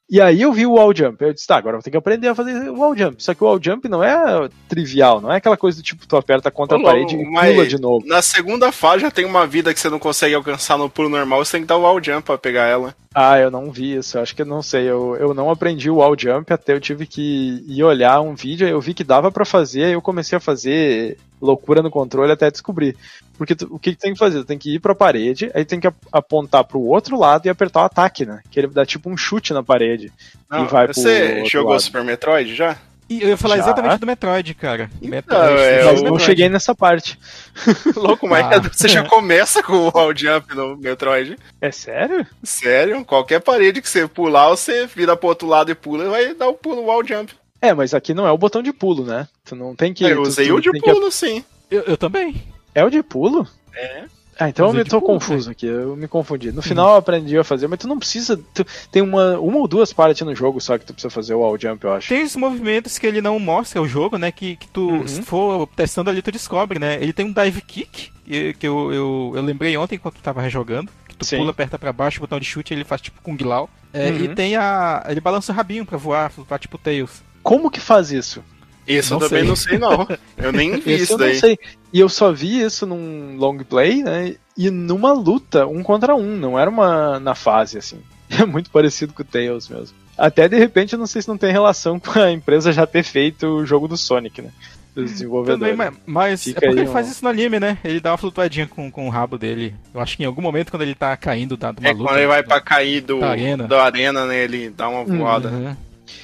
E aí eu vi o wall jump, eu disse, tá, agora eu vou ter que aprender a fazer o wall jump. Só que o wall jump não é trivial, não é aquela coisa do tipo, tu aperta contra a parede e pula de novo. Na segunda fase já tem uma vida que você não consegue alcançar no pulo normal, você tem que dar o wall jump pra pegar ela. Ah, eu não vi isso, eu acho que eu não sei, eu, eu não aprendi o wall jump, até eu tive que ir olhar um vídeo, aí eu vi que dava pra fazer, aí eu comecei a fazer loucura no controle até descobrir. Porque tu, o que, que tem que fazer? Tu tem que ir pra parede, aí tem que apontar pro outro lado e apertar o ataque, né? Que ele dá tipo um chute na parede. Não, e vai pro você jogou lado. Super Metroid já? E eu ia falar Já? exatamente do Metroid, cara. Então, Metroid, é, eu- Mas eu- não Metroid. cheguei nessa parte. Louco, mas Ah. você já começa com o wall jump no Metroid. É sério? Sério, qualquer parede que você pular, você vira pro outro lado e pula e vai dar o pulo wall jump. É, mas aqui não é o botão de pulo, né? Tu não tem que... eu tu- usei tu o de tem que- pulo, sim. Eu, eu também. É o de pulo? É. Ah, então eu Usei me de tô pulo, confuso aqui, eu me confundi. No final eu aprendi a fazer, mas tu não precisa. Tu, tem uma, uma ou duas partes no jogo só que tu precisa fazer o wall jump, eu acho. Tem os movimentos que ele não mostra o jogo, né? Que, que tu, Uhum. se for testando ali, tu descobre, né? Ele tem um dive kick, que, que eu, eu, eu lembrei ontem enquanto tu tava rejogando. Que tu Sim. pula, aperta pra baixo, o botão de chute, ele faz tipo Kung Lao. É, Uhum. E tem a. Ele balança o rabinho pra voar, flutuar tipo Tails. Como que faz isso? Isso Não eu também sei. não sei, não. Eu nem vi Esse isso eu não daí. sei. E eu só vi isso num long play, né? E numa luta, um contra um, não era uma na fase, assim. É muito parecido com o Tails mesmo. Até de repente, eu não sei se não tem relação com a empresa já ter feito o jogo do Sonic, né? Dos desenvolvedores. Também, mas, mas é Fica porque aí ele faz um- isso no anime, né? Ele dá uma flutuadinha com, com o rabo dele. Eu acho que em algum momento, quando ele tá caindo da, de uma É luta. quando ele vai pra cair do, Da arena. da arena, né? Ele dá uma voada. Uhum.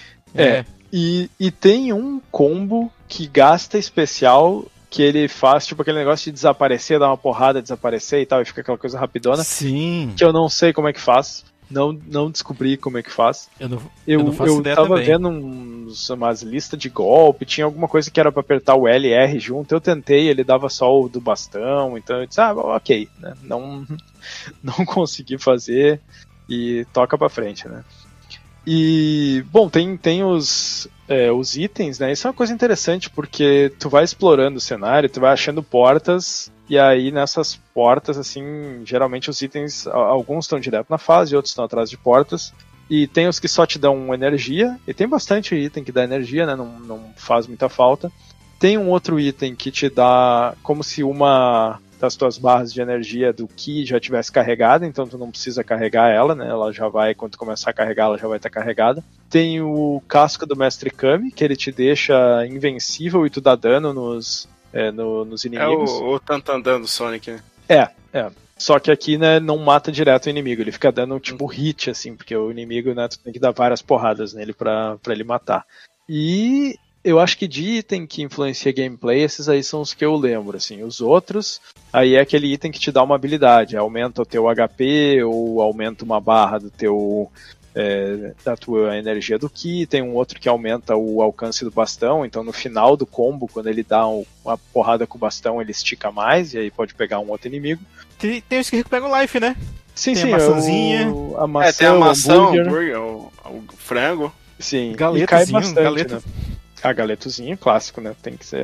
É. E, e tem um combo que gasta especial que ele faz, tipo aquele negócio de desaparecer, dar uma porrada, desaparecer e tal, e fica aquela coisa rapidona, Sim. que eu não sei como é que faz. Não, não descobri como é que faz. Eu não, Eu, eu não faço eu ideia tava também. vendo uns, umas listas de golpe, tinha alguma coisa que era pra apertar o L e R junto, eu tentei, ele dava só o do bastão, então eu disse, ah, ok, né? Não, não consegui fazer e toca pra frente, né? E, bom, tem, tem os, é, os itens, né? Isso é uma coisa interessante, porque tu vai explorando o cenário, tu vai achando portas, e aí nessas portas, assim, geralmente os itens, a- alguns estão direto na fase, outros estão atrás de portas, e tem os que só te dão energia, e tem bastante item que dá energia, né? Não, não faz muita falta. Tem um outro item que te dá como se uma das tuas barras de energia do Ki já tivesse carregada, então tu não precisa carregar ela, né? Ela já vai, quando tu começar a carregar, ela já vai estar carregada. Tem o casco do Mestre Kami, que ele te deixa invencível e tu dá dano nos, é, no- nos É inimigos. o, o Tantandan do Sonic, né? É, é. Só que aqui, né, não mata direto o inimigo, ele fica dando tipo hit, assim, porque o inimigo, né, tu tem que dar várias porradas nele pra, pra ele matar. E eu acho que de item que influencia gameplay, esses aí são os que eu lembro, assim. Os outros, aí é aquele item que te dá uma habilidade, aumenta o teu H P ou aumenta uma barra do teu... É, da tua energia do Ki, tem um outro que aumenta o alcance do bastão, então no final do combo, quando ele dá um- uma porrada com o bastão, ele estica mais, e aí pode pegar um outro inimigo. Tem, tem os que recuperam o life, né? Sim, Tem sim, a maçãzinha. o- a maçã, é, tem a o maçã, o hambúrguer, hambúrguer, o, o frango. sim, e Galetozinho, cai bastante, galeto. né? A galetozinho, clássico, né? Tem que ser.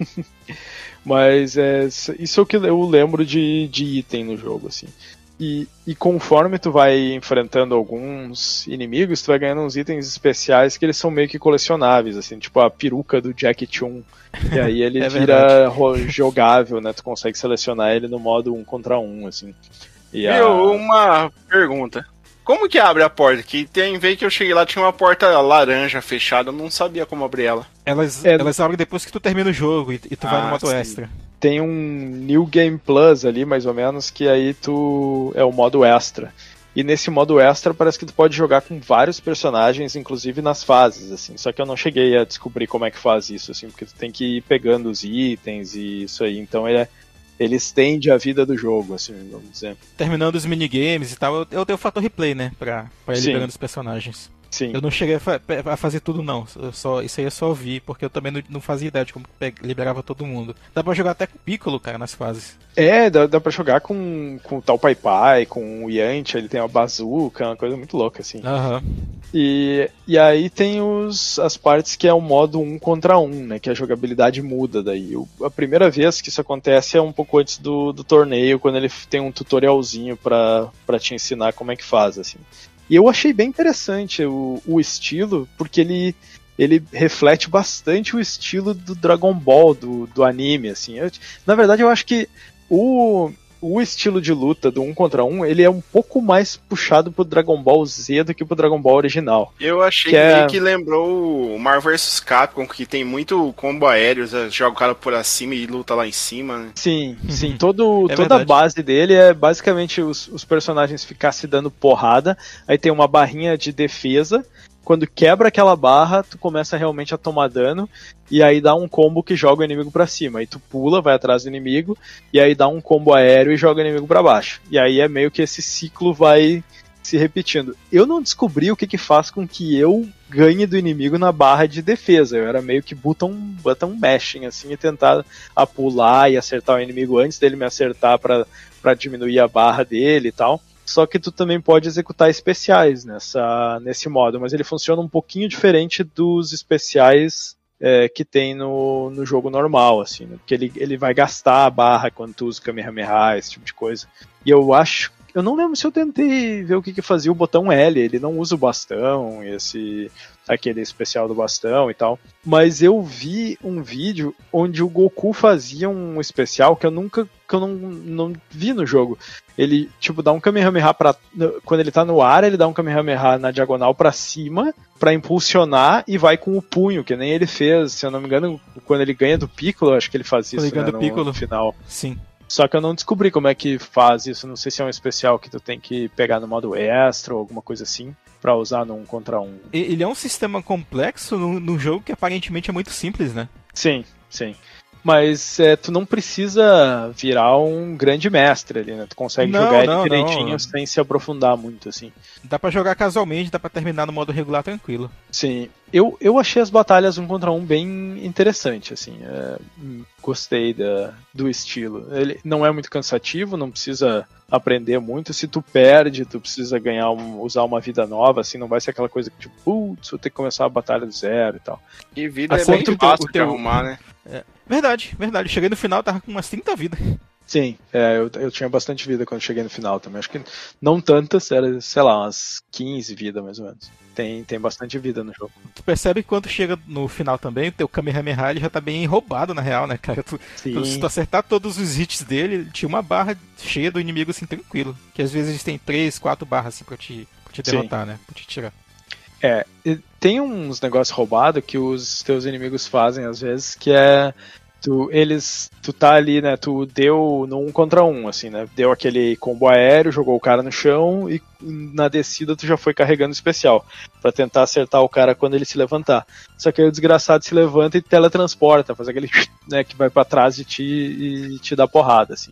Mas é, isso é o que eu lembro de, de item no jogo, assim. E, e conforme tu vai enfrentando alguns inimigos, tu vai ganhando uns itens especiais que eles são meio que colecionáveis, assim, tipo a peruca do Jack Chun. E aí ele É vira ro- jogável, né? Tu consegue selecionar ele no modo um contra um, assim. E a- Viu, uma pergunta. Como que abre a porta? Que tem vez que eu cheguei lá, tinha uma porta laranja fechada, eu não sabia como abrir ela. Elas, É, elas abrem depois que tu termina o jogo e, e tu vai Ah, no modo sim. extra. Tem um New Game Plus ali, mais ou menos, que aí tu é o modo extra. E nesse modo extra parece que tu pode jogar com vários personagens, inclusive nas fases, assim. Só que eu não cheguei a descobrir como é que faz isso, assim, porque tu tem que ir pegando os itens e isso aí. Então ele, é, ele estende a vida do jogo, assim, vamos dizer. Terminando os minigames e tal, eu, eu tenho o fator replay, né? Pra, pra ir Sim. liberando os personagens. Sim. Eu não cheguei a, fa- a fazer tudo, não. Eu só, isso aí eu só vi, porque eu também não, não fazia ideia de como pe- liberava todo mundo. Dá pra jogar até com o Piccolo, cara, nas fases. É, dá, dá pra jogar com, com o tal Pai Pai, com o Yantia, ele tem uma bazuca, é uma coisa muito louca, assim. Aham. E, e aí tem os, as partes que é o modo um contra um, né? Que a jogabilidade muda daí. O, a primeira vez que isso acontece é um pouco antes do, do torneio, quando ele tem um tutorialzinho pra, pra te ensinar como é que faz, assim. E eu achei bem interessante o, o estilo, porque ele, ele reflete bastante o estilo do Dragon Ball, do, do anime, assim. Eu, na verdade, eu acho que o, o estilo de luta do um contra um, ele é um pouco mais puxado pro Dragon Ball Z do que pro Dragon Ball original. Eu achei que que meio é... que lembrou o Marvel versus. Capcom, que tem muito combo aéreo, joga o cara por acima e luta lá em cima, né? Sim, sim. Todo, é toda a verdade. base dele é basicamente os, os personagens ficar se dando porrada, aí tem uma barrinha de defesa. Quando quebra aquela barra, tu começa realmente a tomar dano, e aí dá um combo que joga o inimigo pra cima. Aí tu pula, vai atrás do inimigo, e aí dá um combo aéreo e joga o inimigo pra baixo. E aí é meio que esse ciclo vai se repetindo. Eu não descobri o que que faz com que eu ganhe do inimigo na barra de defesa. Eu era meio que button, button mashing, assim, e tentar a pular e acertar o inimigo antes dele me acertar pra, pra diminuir a barra dele e tal. Só que tu também pode executar especiais nessa, nesse modo, mas ele funciona um pouquinho diferente dos especiais é, que tem no, no jogo normal, assim, né? Porque ele, ele vai gastar a barra quando tu usa o Kamehameha, esse tipo de coisa. E eu acho, eu não lembro se eu tentei ver o que, que fazia o botão L, ele não usa o bastão, esse, aquele especial do bastão e tal. Mas eu vi um vídeo onde o Goku fazia um especial que eu nunca, que eu não, não vi no jogo. Ele, tipo, dá um Kamehameha pra... Quando ele tá no ar, ele dá um Kamehameha na diagonal pra cima, pra impulsionar, e vai com o punho, que nem ele fez, se eu não me engano, quando ele ganha do Piccolo, acho que ele faz isso, Ele ganha né, do no, Piccolo. no final. Sim. Só que eu não descobri como é que faz isso, não sei se é um especial que tu tem que pegar no modo extra ou alguma coisa assim, pra usar num contra um. Ele é um sistema complexo num, num jogo que aparentemente é muito simples, né? Sim, sim. Mas é, tu não precisa virar um grande mestre ali, né? Tu consegue Não, jogar ele não, direitinho não. sem se aprofundar muito, assim. Dá pra jogar casualmente, dá pra terminar no modo regular tranquilo. Sim. Eu, eu achei as batalhas um contra um bem interessante, assim. É, gostei da, do estilo. Ele não é muito cansativo, não precisa aprender muito. Se tu perde, tu precisa ganhar um, usar uma vida nova, assim, não vai ser aquela coisa que, tipo, putz, vou ter que começar a batalha do zero e tal. E vida Assim, é muito o teu- fácil o teu- de arrumar, né? É, verdade, verdade. Cheguei no final, tava com umas trinta vidas. Sim, é, eu, eu tinha bastante vida quando cheguei no final também. Acho que não tantas, era, sei lá, umas quinze vidas mais ou menos. Tem, tem bastante vida no jogo. Tu percebe que quando chega no final também, o teu Kamehameha ele já tá bem roubado na real, né, cara? Tu, tu, se tu acertar todos os hits dele, ele tinha uma barra cheia do inimigo assim, tranquilo. Que às vezes tem três, quatro barras assim pra te, pra te derrotar, né? Pra te tirar. É, e tem uns negócios roubados que os teus inimigos fazem às vezes, que é tu, eles, tu tá ali, né, tu deu no um contra um, assim, né, deu aquele combo aéreo, jogou o cara no chão e na descida tu já foi carregando especial, pra tentar acertar o cara quando ele se levantar. Só que aí o desgraçado se levanta e teletransporta, faz aquele, né, que vai pra trás de ti e te dá porrada, assim.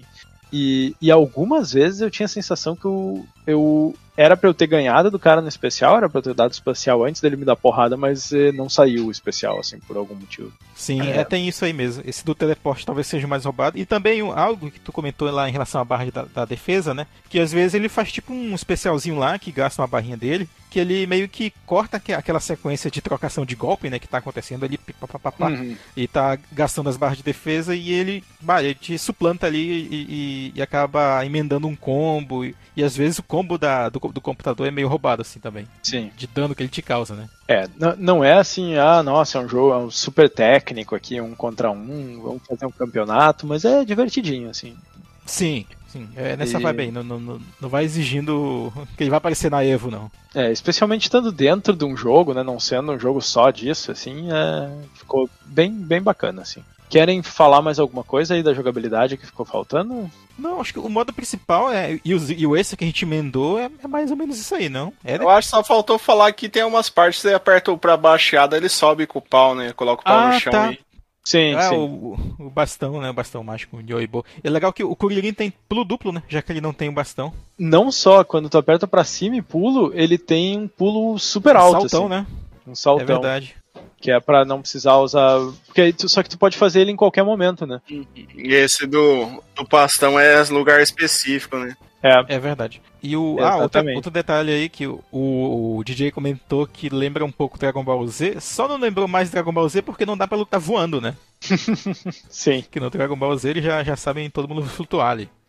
E, e algumas vezes eu tinha a sensação que eu, eu era pra eu ter ganhado do cara no especial, era pra eu ter dado o especial antes dele me dar porrada, mas eh, não saiu o especial, assim, por algum motivo. Sim, É. é, tem isso aí mesmo. Esse do teleporte talvez seja mais roubado. E também um- algo que tu comentou lá em relação à barra da, da defesa, né? Que às vezes ele faz tipo um especialzinho lá, que gasta uma barrinha dele, que ele meio que corta aque- aquela sequência de trocação de golpe, né? Que tá acontecendo ali, pá, pá, pá, pá, Uhum. e tá gastando as barras de defesa e ele, bah, ele te suplanta ali e, e- e acaba emendando um combo. E, e às vezes o combo da, do, do computador é meio roubado assim também. Sim. De dano que ele te causa, né? É, n- não é assim, ah, nossa, é um jogo é um super técnico aqui, um contra um, vamos fazer um campeonato, mas é divertidinho, assim. Sim, sim. É nessa E- vibe aí. Não, não, não, não vai exigindo que ele vai aparecer na Evo, não. É, especialmente estando dentro de um jogo, né, não sendo um jogo só disso, assim, é, ficou bem, bem bacana, assim. Querem falar mais alguma coisa aí da jogabilidade que ficou faltando? Não, acho que o modo principal é. E, os, e o esse que a gente emendou é, é mais ou menos isso aí, não? É, né? Eu acho que só faltou falar que tem umas partes que você aperta o pra baixada, ele sobe com o pau, né? Coloca o pau Ah, no chão tá. e. Sim, É, sim. o, o bastão, né? O bastão mágico de Oibo. É legal que o Kuririn tem pulo duplo, né? Já que ele não tem o bastão. Não só, quando tu aperta pra cima e pulo, ele tem um pulo super alto, Saltão, assim. né? Um saltão. É verdade. Que é pra não precisar usar... Porque aí tu- só que tu pode fazer ele em qualquer momento, né? E esse do, do pastão é lugar específico, né? É, É verdade. E o. Ah, outro, Exatamente. outro detalhe aí que o, o, o D J comentou que lembra um pouco Dragon Ball Z. Só não lembrou mais Dragon Ball Z porque não dá pra lutar voando, né? sim. Que no Dragon Ball Z eles já, já sabem todo mundo flutuar ali.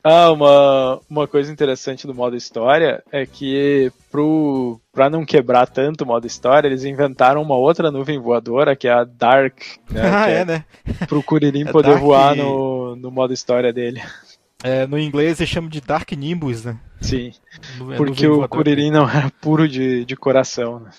Ah, uma, uma coisa interessante do modo história é que pro, pra não quebrar tanto o modo história, eles inventaram uma outra nuvem voadora, que é a Dark, né? Ah, que é, né? Pro Kuririn É poder Dark... voar no, no modo história dele. É, no inglês eles chamam de Dark Nimbus, né? Sim, Nu- é porque nuvem o voadora. Kuririn não era puro de, de coração, né?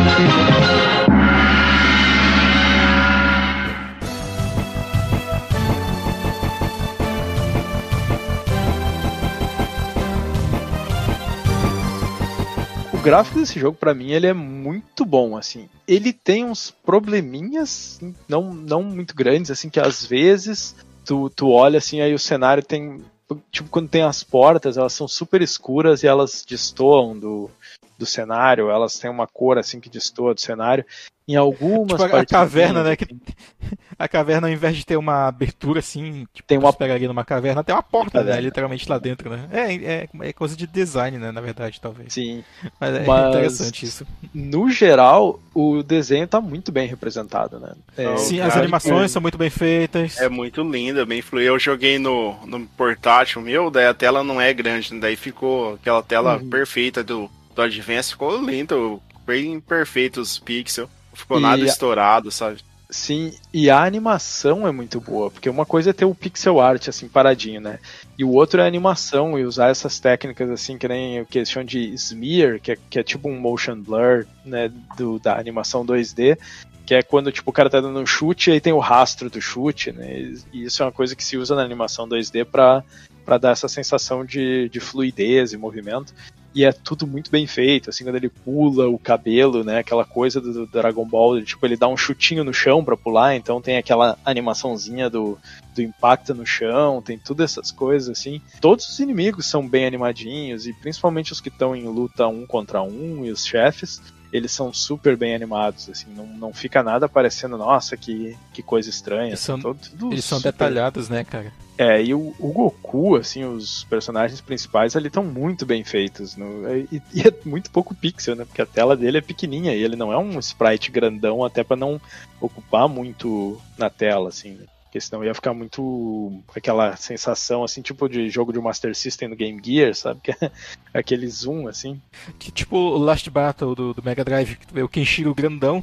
O gráfico desse jogo, pra mim, ele é muito bom, assim. Ele tem uns probleminhas, não, não muito grandes, assim, que às vezes tu, tu olha, assim, aí o cenário tem... Tipo, quando tem as portas, elas são super escuras e elas destoam do, do cenário, elas têm uma cor, assim, que destoa do cenário. Em algumas Tipo, a, a partes... caverna, né? assim, Que, a caverna, ao invés de ter uma abertura assim, tipo, Tem uma- você pegaria numa caverna, tem uma porta, né? caverna. Literalmente lá dentro, né? É, é, é coisa de design, né? Na verdade, talvez. Sim, Mas é mas- interessante isso. no geral, o desenho tá muito bem representado, né? É, Sim, cara, as animações é- são muito bem feitas. É muito linda, bem fluida. Eu joguei no, no portátil meu, daí a tela não é grande, né? Daí ficou aquela tela Uhum. perfeita do, do Advance, ficou lindo, bem perfeito os pixels. Não ficou E nada a- estourado, sabe? Sim, e a animação é muito boa, porque uma coisa é ter o pixel art assim paradinho, né? E o outro é a animação e usar essas técnicas assim que nem o que eles chamam de smear, que é, que é tipo um motion blur, né, do, da animação dois D, que é quando tipo o cara tá dando um chute e aí tem o rastro do chute, né? E isso é uma coisa que se usa na animação dois D para para dar essa sensação de, de fluidez e movimento. E é tudo muito bem feito, assim, quando ele pula o cabelo, né, aquela coisa do, do Dragon Ball, tipo, ele dá um chutinho no chão pra pular, então tem aquela animaçãozinha do, do impacto no chão, tem todas essas coisas, assim. Todos os inimigos são bem animadinhos, e principalmente os que estão em luta um contra um, e os chefes, eles são super bem animados, assim, não, não fica nada parecendo, nossa, que, que coisa estranha. Eles são- Todo- tudo Eles são super- detalhados, né, cara? É, e o, o Goku, assim, os personagens principais ali estão muito bem feitos. No, e, e é muito pouco pixel, né? Porque a tela dele é pequenininha e ele não é um sprite grandão, até pra não ocupar muito na tela, assim, né? Porque senão ia ficar muito aquela sensação, assim, tipo de jogo de Master System no Game Gear, sabe? Que é aquele zoom, assim. Que, tipo o Last Battle do, do Mega Drive, que tu vê o Kenshiro grandão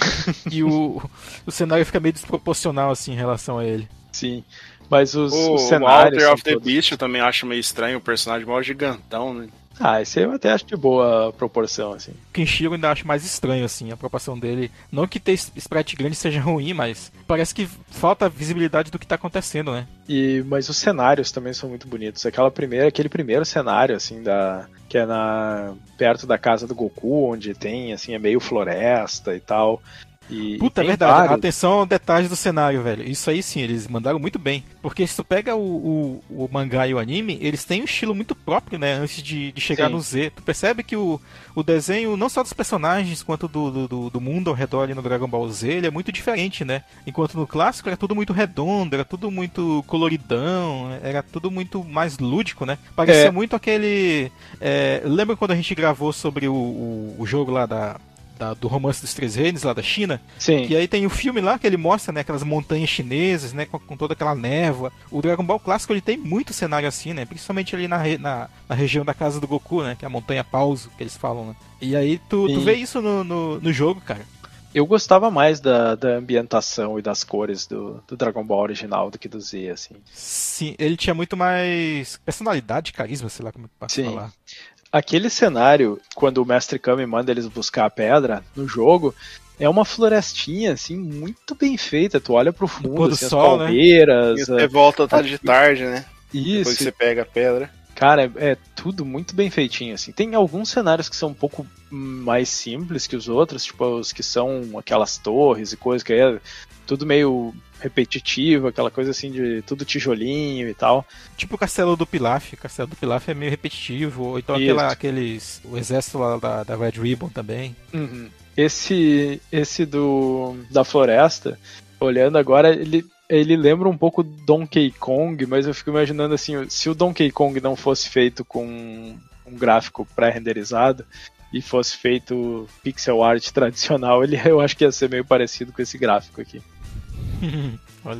e o, o cenário fica meio desproporcional, assim, em relação a ele. Sim. Mas os, O, os o cenários. Alter são of the todos- Beast eu também acho meio estranho, o personagem mó gigantão, né? Ah, esse aí eu até acho de boa proporção, assim. O Kenshiro eu ainda acho mais estranho, assim, a proporção dele. Não que ter sprite grande seja ruim, mas parece que falta a visibilidade do que tá acontecendo, né? E, mas os cenários também são muito bonitos. Aquela primeira, aquele primeiro cenário, assim, da, que é na, perto da casa do Goku, onde tem, assim, é meio floresta e tal. E, Puta, e é tem verdade. vários. Atenção ao detalhe do cenário, velho. Isso aí sim, eles mandaram muito bem. Porque se tu pega o, o, o mangá e o anime, eles têm um estilo muito próprio, né? Antes de, de chegar Sim. no Z. Tu percebe que o, o desenho, não só dos personagens, quanto do, do- do, do mundo ao redor ali no Dragon Ball Z, ele é muito diferente, né? Enquanto no clássico era tudo muito redondo, era tudo muito coloridão, era tudo muito mais lúdico, né? Parecia É. muito aquele. É, lembra quando a gente gravou sobre o, o, o jogo lá da. Da- do Romance dos Três Reinos, lá da China, Sim. e aí tem o filme lá que ele mostra, né, aquelas montanhas chinesas, né, com, com toda aquela névoa. O Dragon Ball clássico ele tem muito cenário assim, né, principalmente ali na, re- na, na região da casa do Goku, né, que é a montanha Pauso, que eles falam, né. E aí tu, tu Sim. vê isso no, no, no jogo, cara. Eu gostava mais da, da ambientação e das cores do, do Dragon Ball original do que do Z, assim. Sim, ele tinha muito mais personalidade, carisma, sei lá como é que posso Sim. falar. Aquele cenário, quando o Mestre Kami manda eles buscar a pedra no jogo, é uma florestinha, assim, muito bem feita. Tu olha pro fundo, pôr do assim, sol, as né? palmeiras. E você volta tá de tarde, né? Depois Isso, que você pega a pedra. cara, é, é tudo muito bem feitinho, assim. Tem alguns cenários que são um pouco mais simples que os outros, tipo os que são aquelas torres e coisas que é tudo meio repetitivo, aquela coisa assim de tudo tijolinho e tal. Tipo o Castelo do Pilaf, o Castelo do Pilaf é meio repetitivo, ou então Isso. aquela, aqueles, o exército lá da, da Red Ribbon também. Uhum. Esse, esse do da floresta, olhando agora, ele, ele lembra um pouco do Donkey Kong, mas eu fico imaginando assim, se o Donkey Kong não fosse feito com um gráfico pré-renderizado e fosse feito pixel art tradicional, ele, eu acho que ia ser meio parecido com esse gráfico aqui. Olha aí.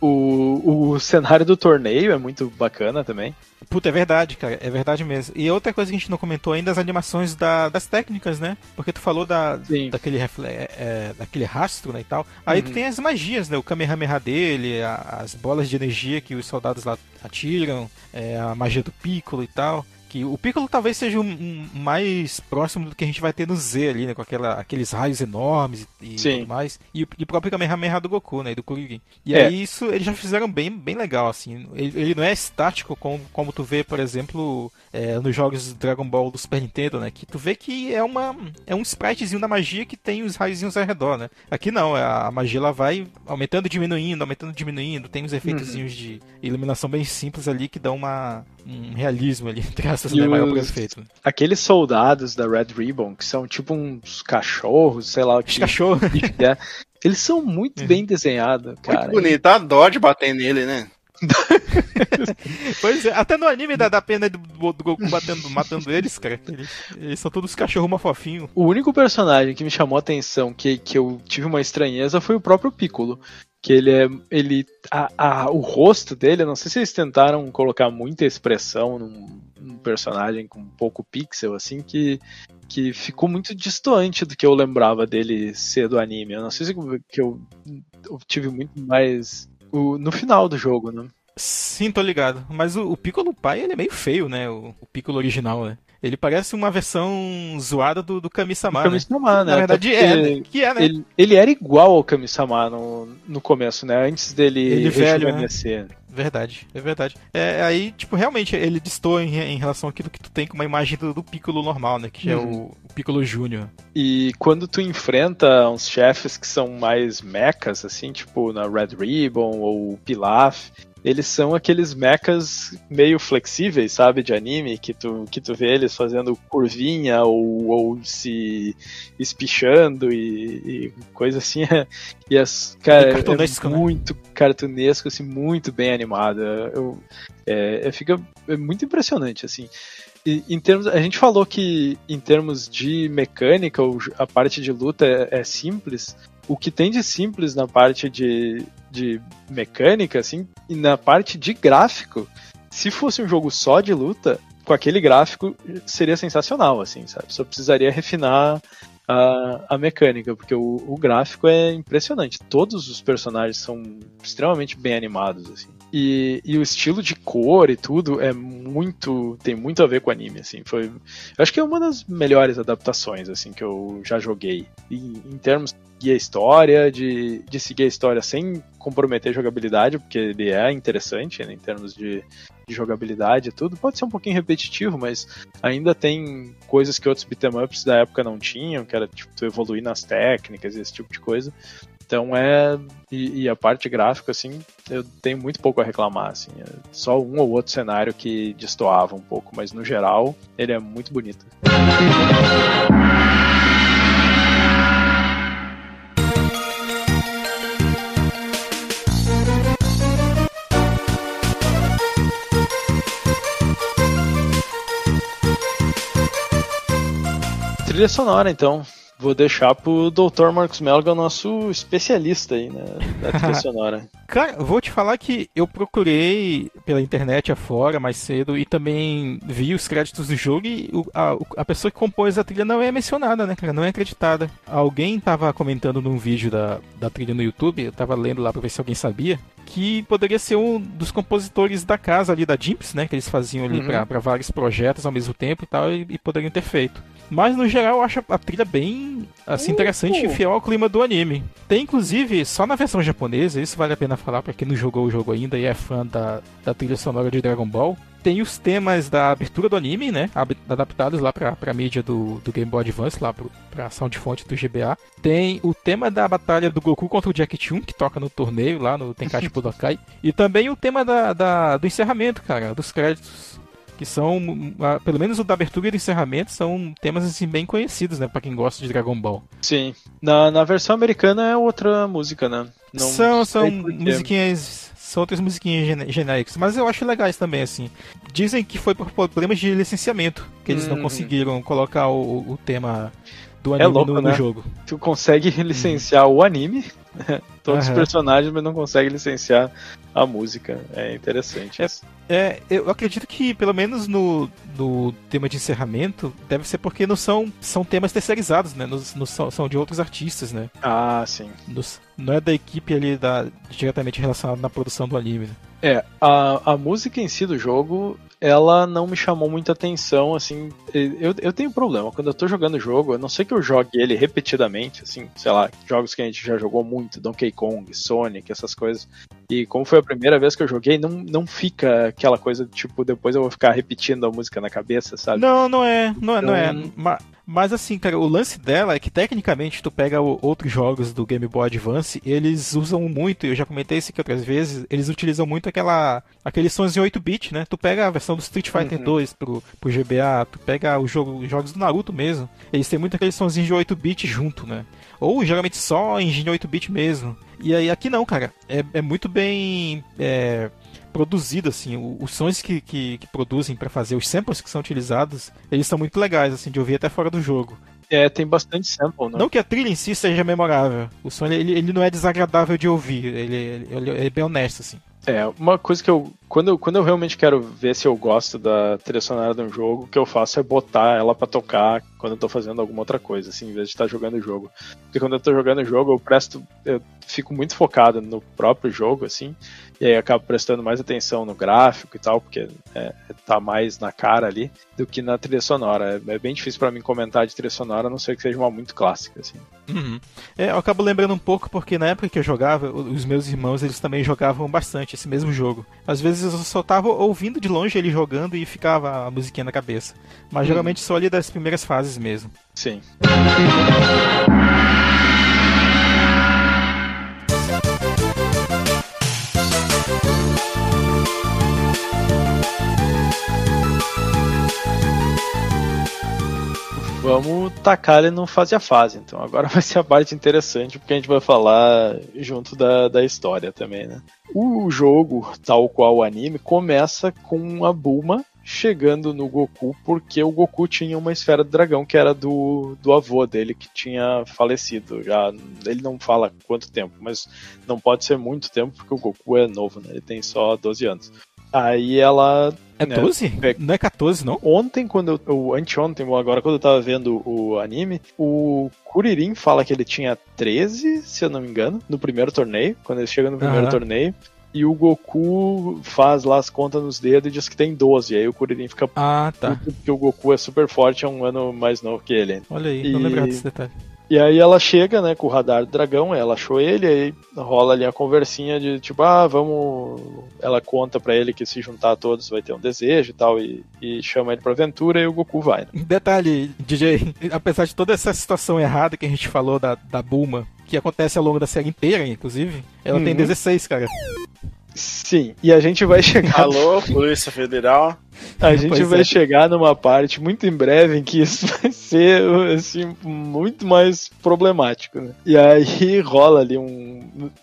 O, o cenário do torneio é muito bacana também. Puta, é verdade, cara, é verdade mesmo. E outra coisa que a gente não comentou ainda, as animações da, das técnicas, né? Porque tu falou da, daquele, refle- é, daquele rastro, né, e tal. Aí uhum. tu tem as magias, né? O Kamehameha dele, a, as bolas de energia que os soldados lá atiram, é, a magia do Piccolo e tal. Que o Piccolo talvez seja um, um mais próximo do que a gente vai ter no Z ali, né? Com aquela, aqueles raios enormes e, e tudo mais. E o, e o próprio Kamehameha do Goku, né? E do Kuririn. E é. aí isso eles já fizeram bem, bem legal, assim. Ele, ele não é estático como, como tu vê, por exemplo, é, nos jogos Dragon Ball do Super Nintendo, né? Que tu vê que é, uma, é um spritezinho da magia que tem os raiozinhos ao redor, né? Aqui não, a, a magia ela vai aumentando e diminuindo, aumentando e diminuindo. Tem uns efeitozinhos uhum. de iluminação bem simples ali que dão uma, um realismo ali, traças, né, maior pro efeito. Aqueles soldados da Red Ribbon, que são tipo uns cachorros, sei lá o que. Os cachorros. É, eles são muito uhum. bem desenhados, cara. Muito bonito, dá dó de bater nele, né? Pois é, até no anime dá, dá pena do, do Goku batendo, matando eles, cara. Eles, eles são todos cachorros uma fofinho. O único personagem que me chamou a atenção, que, que eu tive uma estranheza, foi o próprio Piccolo. Que ele é. Ele, a, a, o rosto dele, eu não sei se eles tentaram colocar muita expressão num, num personagem com pouco pixel, assim, que, que ficou muito distante do que eu lembrava dele ser do anime. Eu não sei se que eu, eu tive muito mais. O, no final do jogo, né? Sim, tô ligado. Mas o, o Piccolo pai, ele é meio feio, né? O, o Piccolo original, né? Ele parece uma versão zoada do, do Kami-sama, né? Kami-sama, né? Na verdade é, né? Que é, né? Ele, ele era igual ao Kami-sama no, no começo, né? Antes dele ele rejuvenescer. Velho, né? Verdade, é verdade. É, aí, tipo, realmente, ele destoa em, em relação àquilo que tu tem com uma imagem do, do Piccolo normal, né? Que uhum. é o, o Piccolo Júnior. E quando tu enfrenta uns chefes que são mais mechas, assim, tipo na Red Ribbon ou Pilaf, eles são aqueles mechas meio flexíveis, sabe, de anime, que tu, que tu vê eles fazendo curvinha ou, ou se espichando e, e coisa assim. E as, cara, é, é muito cartunesco, assim, muito bem animado. Eu, é, é, fica é muito impressionante, assim. E, em termos, a gente falou que em termos de mecânica, a parte de luta é, é simples. O que tem de simples na parte de, de mecânica, assim, e na parte de gráfico, se fosse um jogo só de luta, com aquele gráfico seria sensacional, assim, sabe? Só precisaria refinar a, a mecânica, porque o, o gráfico é impressionante. Todos os personagens são extremamente bem animados, assim. E, e o estilo de cor e tudo é muito, tem muito a ver com o anime, assim. Foi, eu acho que é uma das melhores adaptações, assim, que eu já joguei. E, em termos de seguir a história, de, de seguir a história sem comprometer a jogabilidade, porque ele é interessante, né, em termos de, de jogabilidade e tudo. Pode ser um pouquinho repetitivo, mas ainda tem coisas que outros beat'em ups da época não tinham, que era tipo tu evoluir nas técnicas e esse tipo de coisa. Então é. E, e a parte gráfica, assim, eu tenho muito pouco a reclamar, assim. É só um ou outro cenário que destoava um pouco, mas no geral ele é muito bonito. Trilha sonora, então. Vou deixar pro doutor Marcos Melga, o nosso especialista aí, né, da trilha sonora. Cara, vou te falar que eu procurei pela internet afora mais cedo e também vi os créditos do jogo e a, a pessoa que compôs a trilha não é mencionada, né, cara? Não é acreditada. Alguém tava comentando num vídeo da, da trilha no YouTube, eu tava lendo lá pra ver se alguém sabia, que poderia ser um dos compositores da casa ali da Jimps, né? Que eles faziam ali uhum. pra, pra vários projetos ao mesmo tempo e tal, e, e poderiam ter feito. Mas no geral eu acho a trilha bem assim, interessante uh, e fiel ao clima do anime. Tem inclusive, só na versão japonesa, isso vale a pena falar pra quem não jogou o jogo ainda e é fã da, da trilha sonora de Dragon Ball. Tem os temas da abertura do anime, né? Adaptados lá pra, pra mídia do, do Game Boy Advance, lá pro, pra sound fonte do G B A. Tem o tema da batalha do Goku contra o Jack Chun, que toca no torneio lá no Tenkaichi Budokai. E também o tema da, da, do encerramento, cara, dos créditos. Que são, pelo menos o da abertura e do encerramento, são temas assim bem conhecidos, né? Pra quem gosta de Dragon Ball. Sim. Na, na versão americana é outra música, né? Não são são musiquinhas... São outras musiquinhas genéricas, mas eu acho legais também, assim. Dizem que foi por problemas de licenciamento, que eles uhum. não conseguiram colocar o, o tema do anime é louco, no, no né? jogo. Tu consegue licenciar uhum. o anime, Todos Aham. os personagens, mas não consegue licenciar a música. É interessante É, isso. É, eu acredito que, pelo menos no, no tema de encerramento, deve ser porque não são, são temas terceirizados, né? Nos, nos- são, são de outros artistas, né? Ah, sim. Nos- não é da equipe ali da, diretamente relacionada na produção do anime, né? É, a, a música em si do jogo, ela não me chamou muita atenção, assim, eu, eu tenho problema, quando eu tô jogando o jogo, a não ser que eu jogue ele repetidamente, assim, sei lá, jogos que a gente já jogou muito, Donkey Kong, Sonic, essas coisas, e como foi a primeira vez que eu joguei, não, não fica aquela coisa, tipo, depois eu vou ficar repetindo a música na cabeça, sabe? Não, não é, não é, não é. Então- Ma- Mas assim, cara, o lance dela é que tecnicamente tu pega o- outros jogos do Game Boy Advance, eles usam muito, eu já comentei isso aqui outras vezes, eles utilizam muito aquela aqueles sons em oito bit, né? Tu pega a versão do Street Fighter Uhum. dois pro, pro G B A, tu pega o jogo, os jogos do Naruto mesmo, eles têm muito aqueles sonzinhos de oito bit junto, né? Ou geralmente só em oito bit mesmo. E aí aqui não, cara, é, é muito bem é, produzido, assim, o- os sons que, que, que produzem pra fazer, os samples que são utilizados, eles são muito legais, assim, de ouvir até fora do jogo. É, tem bastante sample, né? Não que a trilha em si seja memorável, o som ele, ele não é desagradável de ouvir, ele, ele, ele é bem honesto, assim. É, uma coisa que eu quando, eu. quando eu realmente quero ver se eu gosto da trilha sonora de um jogo, o que eu faço é botar ela pra tocar quando eu tô fazendo alguma outra coisa, assim, em vez de estar jogando o jogo. Porque quando eu tô jogando o jogo, eu presto. Eu fico muito focado no próprio jogo, assim, e aí acabo prestando mais atenção no gráfico e tal, porque é, tá mais na cara ali, do que na trilha sonora. É, é bem difícil pra mim comentar de trilha sonora, a não ser que seja uma muito clássica, assim. Uhum. É, eu acabo lembrando um pouco porque na época que eu jogava, os meus irmãos eles também jogavam bastante esse mesmo jogo. Às vezes eu só tava ouvindo de longe ele jogando e ficava a musiquinha na cabeça. Mas Uhum. geralmente só ali das primeiras fases mesmo. Sim. Vamos tacar ele no fase a fase, então. Agora vai ser a parte interessante, porque a gente vai falar junto da, da história também, né? O jogo, tal qual o anime, começa com a Bulma chegando no Goku, porque o Goku tinha uma esfera do dragão que era do, do avô dele, que tinha falecido. Já, ele não fala quanto tempo, mas não pode ser muito tempo, porque o Goku é novo, né? Ele tem só doze anos. Aí ela... É né, doze? pe- Não é quatorze, não? Ontem, quando eu, ou anteontem, ou agora, quando eu tava vendo o anime, o Kuririn fala que ele tinha treze, se eu não me engano, no primeiro torneio, quando ele chega no primeiro Aham. torneio, e o Goku faz lá as contas nos dedos e diz que tem doze, aí o Kuririn fica Ah, tá. puto porque o Goku é super forte, é um ano mais novo que ele. Olha aí, não E- lembrava desse detalhe. E aí ela chega, né, com o radar do dragão, ela achou ele, aí rola ali a conversinha de tipo, ah, vamos... Ela conta pra ele que se juntar a todos vai ter um desejo e tal, e, e chama ele pra aventura e o Goku vai, né? Detalhe, D J, apesar de toda essa situação errada que a gente falou da, da Bulma, que acontece ao longo da série inteira, inclusive, ela tem Uhum. dezesseis, cara. Sim, e a gente vai chegar... Alô, Polícia Federal. A gente Pois vai é. chegar numa parte muito em breve em que isso vai ser assim, muito mais problemático, né? E aí rola ali um...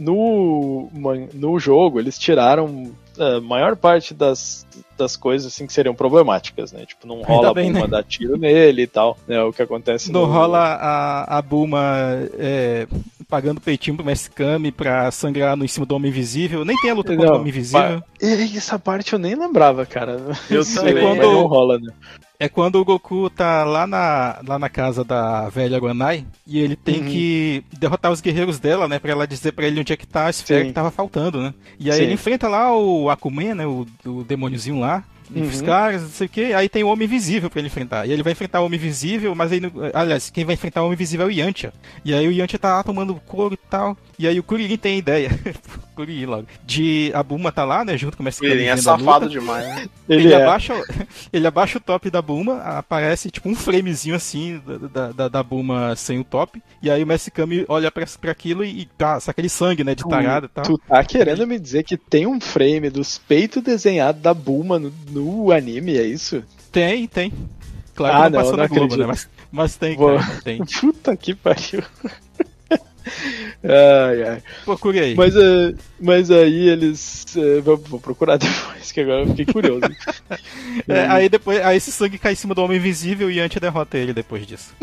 No, no jogo, eles tiraram a maior parte das, das coisas assim, que seriam problemáticas, né? Tipo, não rola a bem, Bulma né? dar tiro nele e tal, né? O que acontece Não no... rola a, a Bulma é, pagando peitinho pro Mestre Kami pra sangrar no em cima do Homem Invisível. Nem tem a luta contra Não, o Homem Invisível. pa- E essa parte eu nem lembrava, cara. Eu Isso também. aí Quando- não rola, né? É quando o Goku tá lá na, lá na casa da velha Guanai e ele tem Uhum. que derrotar os guerreiros dela, né? Pra ela dizer pra ele onde é que tá a esfera Sim. que tava faltando, né? E aí Sim. ele enfrenta lá o Akumen, né? O, o demôniozinho lá. Uhum. Os caras, não sei o que, aí tem o Homem Invisível pra ele enfrentar. E ele vai enfrentar o Homem Invisível, mas aí, no- aliás, quem vai enfrentar o Homem Invisível é o Yantia. E aí o Yantia tá lá tomando couro e tal. E aí o Kuririn tem a ideia, Kuririn logo, de a Bulma tá lá, né, junto com o Mestre Kami Ele é vendo a luta. safado demais, né? Ele, Ele, é. abaixa, ele abaixa o top da Bulma, aparece tipo um framezinho assim da, da, da Bulma sem o top. E aí o Mestre Kami olha pra, pra aquilo e passa aquele sangue, né, de tarado e tal. Tu tá querendo me dizer que tem um frame dos peitos desenhados da Bulma no, no anime, é isso? Tem, tem. Claro Ah, que não não, passou não na Globo, acredito. né? Mas, mas tem, Vou- cara, tem. Puta que pariu. Ai, ai. Procure aí. Mas, uh, mas aí eles. Uh, vou, vou procurar depois, que agora eu fiquei curioso. É, aí depois, aí esse sangue cai em cima do Homem Invisível e Yantia derrota ele depois disso.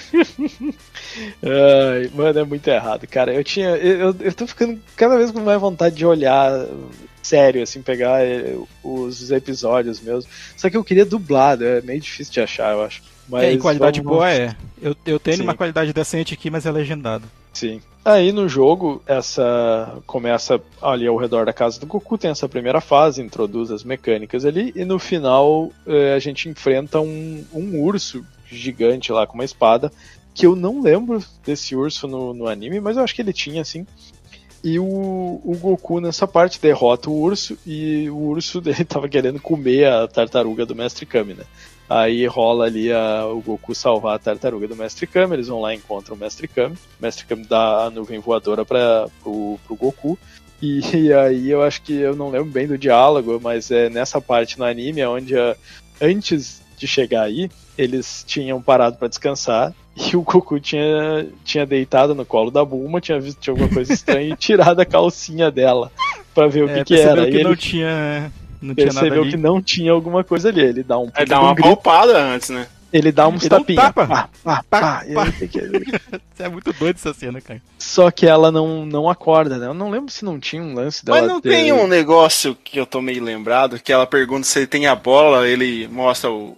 Ai, mano, é muito errado, cara. Eu tinha. Eu, eu tô ficando cada vez com mais vontade de olhar sério, assim, pegar os episódios mesmo. Só que eu queria dublado, é meio difícil de achar, eu acho. Mas é, em qualidade vamos... boa é. Eu, eu tenho Sim. uma qualidade decente aqui, mas é legendado. Sim. Aí no jogo, essa começa ali ao redor da casa do Goku, tem essa primeira fase, introduz as mecânicas ali, e no final eh, a gente enfrenta um, um urso gigante lá com uma espada, que eu não lembro desse urso no, no anime, mas eu acho que ele tinha, assim. E o, o Goku nessa parte derrota o urso, e o urso dele tava querendo comer a tartaruga do Mestre Kami, né? Aí rola ali a, o Goku salvar a tartaruga do Mestre Kami, eles vão lá e encontram o Mestre Kami. O Mestre Kami dá a nuvem voadora pra, pro, pro Goku. E, e aí eu acho que eu não lembro bem do diálogo, mas é nessa parte no anime onde a, antes de chegar aí, eles tinham parado pra descansar e o Goku tinha, tinha deitado no colo da Bulma, tinha visto tinha alguma coisa estranha e tirado a calcinha dela pra ver o É, que, que era. que e não ele tinha, não tinha nada percebeu ali. que não tinha alguma coisa ali. Ele dá um Ele dá uma grito, palpada antes, né? ele dá uns Ele dá um tapinhas. tapa. Pá, pá, Pá, pá, e pá. aí tem que- É muito doido essa cena, cara. Só que ela não, não acorda, né? Eu não lembro se não tinha um lance dela. Mas não ter- tem um negócio que eu tô meio lembrado, que ela pergunta se ele tem a bola, ele mostra o.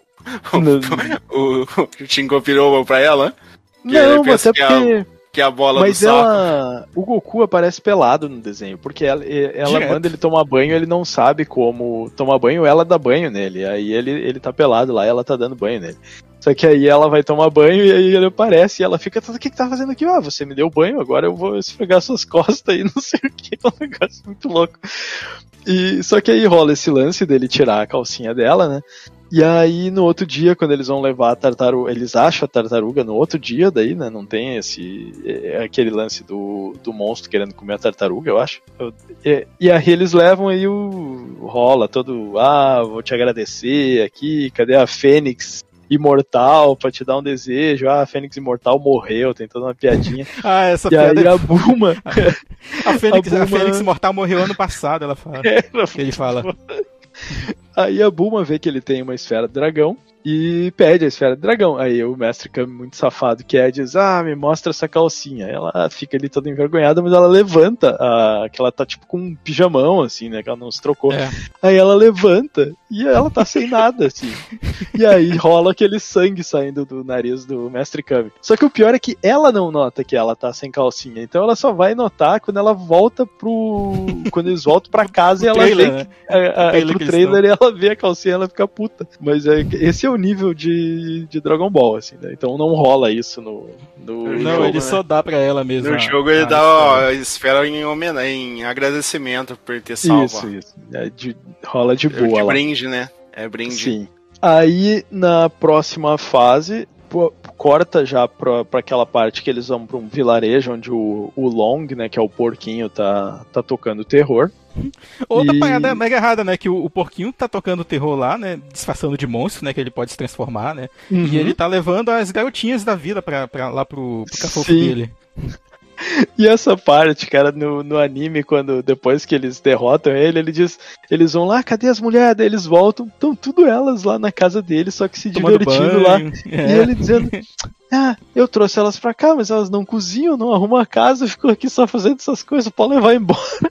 O, o, o Shingopiroba pra ela. Que ele Não, pensa até que é porque. Que é a bola Mas do saco. ela. O Goku aparece pelado no desenho, porque ela, ela Direto. manda ele tomar banho, ele não sabe como tomar banho, ela dá banho nele. Aí ele, ele tá pelado lá, ela tá dando banho nele. Só que aí ela vai tomar banho e aí ele aparece e ela fica, o que que tá fazendo aqui? Ah, você me deu banho, agora eu vou esfregar suas costas e não sei o que. É um negócio muito louco. E, só que aí rola esse lance dele tirar a calcinha dela, né? E aí, no outro dia, quando eles vão levar a tartaruga, eles acham a tartaruga no outro dia, daí, né? Não tem esse. É aquele lance do, do monstro querendo comer a tartaruga, eu acho. Eu, e, e aí eles levam aí o. Rola todo. Ah, vou te agradecer aqui, cadê a Fênix imortal pra te dar um desejo? Ah, a Fênix imortal morreu, tem toda uma piadinha. Ah, essa E piada aí é a Bulma. A Fênix, a a Bulma- Fênix Mortal morreu ano passado, ela fala. Ele fala. Aí a Bulma vê que ele tem uma esfera do dragão e pede a esfera do dragão. Aí o mestre Kami, muito safado que é, diz, ah, me mostra essa calcinha. Ela fica ali toda envergonhada, mas ela levanta, a, que ela tá tipo com um pijamão, assim, né, que ela não se trocou. É. Aí ela levanta e ela tá sem nada, assim. E aí rola aquele sangue saindo do nariz do mestre Kami. Só que o pior é que ela não nota que ela tá sem calcinha, então ela só vai notar quando ela volta pro... quando eles voltam pra casa e ela trailer, vê né? que, a, a, trailer pro que eles trailer e ela vê a calcinha e ela fica puta. Mas é, esse é o nível de, de Dragon Ball, assim, né? Então não rola isso no, no Não, jogo, ele né? só dá pra ela mesmo. No a- jogo ele a dá esfera. ó, a esfera em, homenagem, em agradecimento por ter salvo. Isso, isso. É de- rola de É boa de lá. brinde, né? É brinde. Sim. Aí, na próxima fase, pô, corta já pra, pra aquela parte que eles vão pra um vilarejo onde o, o Long, né, que é o porquinho, tá, tá tocando terror. Outra E- parada mega errada, né? Que o, o porquinho tá tocando terror lá, né? Disfarçando de monstro, né? Que ele pode se transformar, né? Uhum. E ele tá levando as garotinhas da vida pra, pra lá pro, pro cafofo Sim. dele. E essa parte, cara, no, no anime, quando depois que eles derrotam ele, ele diz, eles vão lá, cadê as mulheres? Daí eles voltam, estão tudo elas lá na casa dele, só que se Tomando divertindo lá. banho. E É. ele dizendo, ah, eu trouxe elas pra cá, mas elas não cozinham, não arrumam a casa, ficou aqui só fazendo essas coisas, pode levar embora.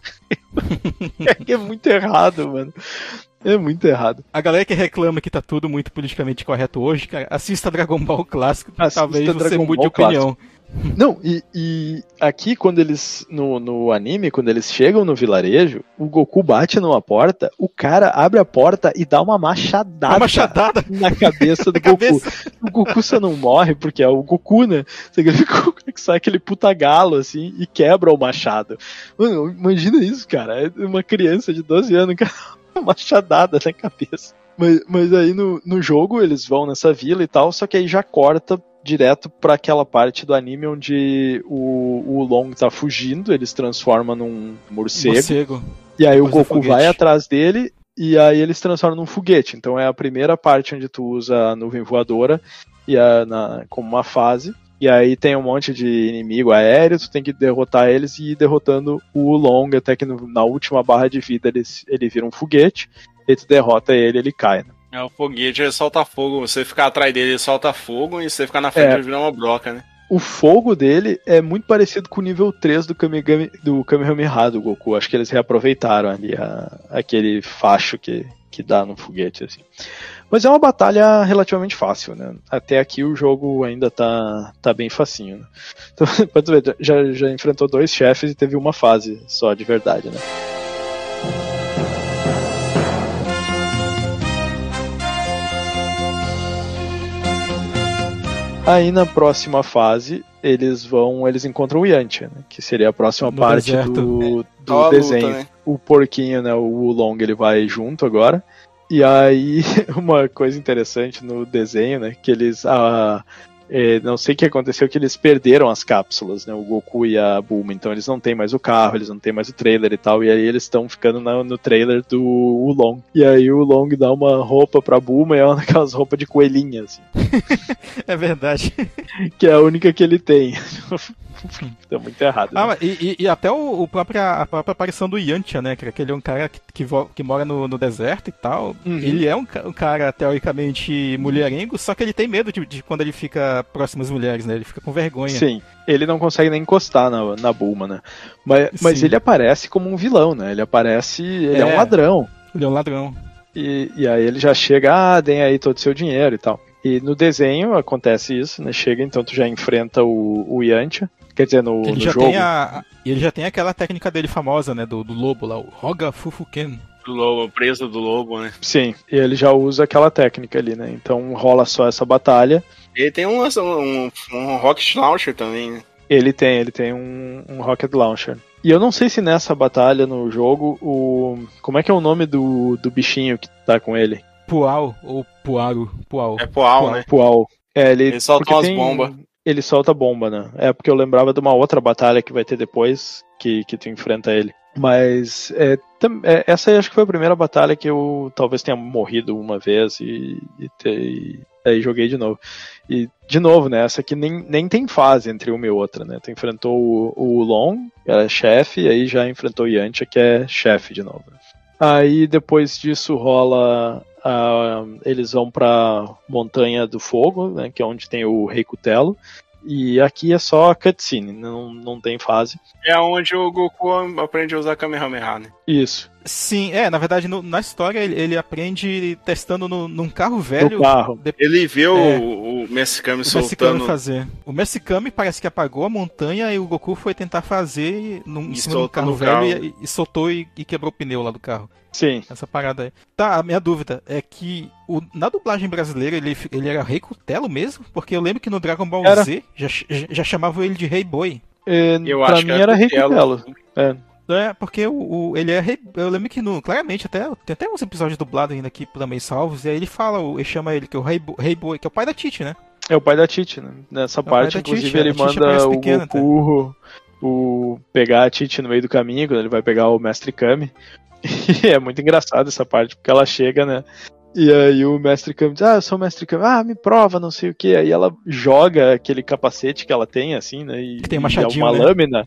É muito errado, mano. É muito errado. A galera que reclama que tá tudo muito politicamente correto hoje, cara, assista Dragon Ball clássico, Assista talvez você Dragon mude Ball de opinião. Não, e, e aqui quando eles, no, no anime, quando eles chegam no vilarejo, o Goku bate numa porta, o cara abre a porta e dá uma machadada, Uma machadada na cabeça do na Goku. cabeça. O Goku só não morre porque é o Goku, né? Você vê que sai aquele puta galo assim e quebra o machado. Mano, imagina isso, cara. É uma criança de doze anos, cara, uma machadada na cabeça. Mas, mas aí no, no jogo eles vão nessa vila e tal, só que aí já corta direto pra aquela parte do anime onde o, o Long tá fugindo, ele se transforma num morcego. Morcego. E aí o Depois do Goku foguete. vai atrás dele e aí ele se transforma num foguete. Então é a primeira parte onde tu usa a nuvem voadora e a, na, como uma fase. E aí tem um monte de inimigo aéreo, tu tem que derrotar eles e ir derrotando o Long, até que no, na última barra de vida ele, ele vira um foguete, e tu derrota ele ele cai, né? É, o foguete ele solta fogo, você ficar atrás dele ele solta fogo, e você ficar na frente É. ele vira uma broca, né? O fogo dele é muito parecido com o nível três do, Kamigami, do Kamehameha do Goku. Acho que eles reaproveitaram ali a, aquele facho que, que dá no foguete, assim. Mas é uma batalha relativamente fácil, né? Até aqui o jogo ainda tá, tá bem facinho, né? Então, pode ver, já, já enfrentou dois chefes e teve uma fase só de verdade, né? Aí na próxima fase, eles vão. Eles encontram o Yantia, né? Que seria a próxima No parte deserto. do, do Ó a luta, desenho. né? O porquinho, né? O Long, ele vai junto agora. E aí, uma coisa interessante no desenho, né? Que eles. Ah, é, não sei o que aconteceu, que eles perderam as cápsulas, né? O Goku e a Bulma. Então eles não têm mais o carro, eles não têm mais o trailer e tal. E aí eles estão ficando na, no trailer do Long. E aí o Long dá uma roupa pra Bulma e é uma daquelas roupas de coelhinha, assim. É verdade. Que é a única que ele tem. Tá muito errado. Ah, né? mas e, e, e até o, o própria, a própria aparição do Yantia, né? Que ele é um cara que, que, vo- que mora no, no deserto e tal. Uhum. Ele é um, ca- um cara, teoricamente, mulherengo, só que ele tem medo de, de quando ele fica próximo às mulheres, né? Ele fica com vergonha. Sim, ele não consegue nem encostar na, na Bulma, né? Mas, mas Sim. ele aparece como um vilão, né? Ele aparece. Ele é, É. um ladrão. Ele é um ladrão. E, e aí ele já chega, ah, deem aí todo o seu dinheiro e tal. E no desenho acontece isso, né? Chega, então tu já enfrenta o, o Yantia. Quer dizer, no, Ele no já jogo. tem a, a- e ele já tem aquela técnica dele famosa, né? Do, do lobo lá, o Hoga Fufuken. Do lobo, presa do lobo, né? Sim, e ele já usa aquela técnica ali, né? Então rola só essa batalha. Ele tem um, um, um Rocket Launcher também, né? Ele tem, ele tem um, um Rocket Launcher. E eu não sei se nessa batalha no jogo, o. Como é que é o nome do, do bichinho que tá com ele? Pual ou Puaru. Pual. É Poal, né? Pual. É, ele, Ele solta porque umas tem- bombas. Ele solta bomba, né? É porque eu lembrava de uma outra batalha que vai ter depois que, que tu enfrenta ele. Mas é, tam- é, essa aí acho que foi a primeira batalha que eu talvez tenha morrido uma vez e, e, te- e aí joguei de novo. E de novo, né? Essa aqui nem, nem tem fase entre uma e outra, né? Tu enfrentou o, o Long, que era chefe, e aí já enfrentou o Yantia, que é chefe de novo. Aí depois disso rola. ah, eles vão pra Montanha do Fogo, né, que é onde tem o Rei Cutelo. E aqui é só cutscene, não, não tem fase. É onde o Goku aprende a usar Kamehameha, né? Isso, Sim, é, na verdade, no- na história ele, ele aprende testando no, num carro velho. no carro. de- Ele vê É. o, o Messi Kami O Messi Kami soltando fazer. O Messi Kami parece que apagou a montanha e o Goku foi tentar fazer num, em E cima do soltou carro no velho carro. E, e soltou e, e quebrou o pneu lá do carro. Sim, Essa parada aí. Tá, a minha dúvida é que o, na dublagem brasileira ele, ele era Rei Cutelo mesmo? Porque eu lembro que no Dragon Ball Era. Z já, já, já chamavam ele de Rei Boi. é, Eu pra acho mim que era Rei Cutelo. Cutelo. É, É, porque o, o- ele é rei. Eu lembro que no, claramente até tem até uns episódios dublados ainda aqui também salvos, e aí ele fala, o- ele chama ele que é o Rei, Bo- Rei Boi, que é o pai da Titi, né? é o pai da Titi, né? Nessa o pai parte, da inclusive, Titi, ele a Titi manda aparece o pequena, Goku o, pegar a Titi no meio do caminho, quando ele vai pegar o Mestre Kami. E é muito engraçado essa parte, porque ela chega, né? E aí o Mestre Kami diz, ah, eu sou o Mestre Kami, ah, me prova, não sei o que. Aí ela joga aquele capacete que ela tem, assim, né? E, Que tem um e machadinho, é uma né? lâmina.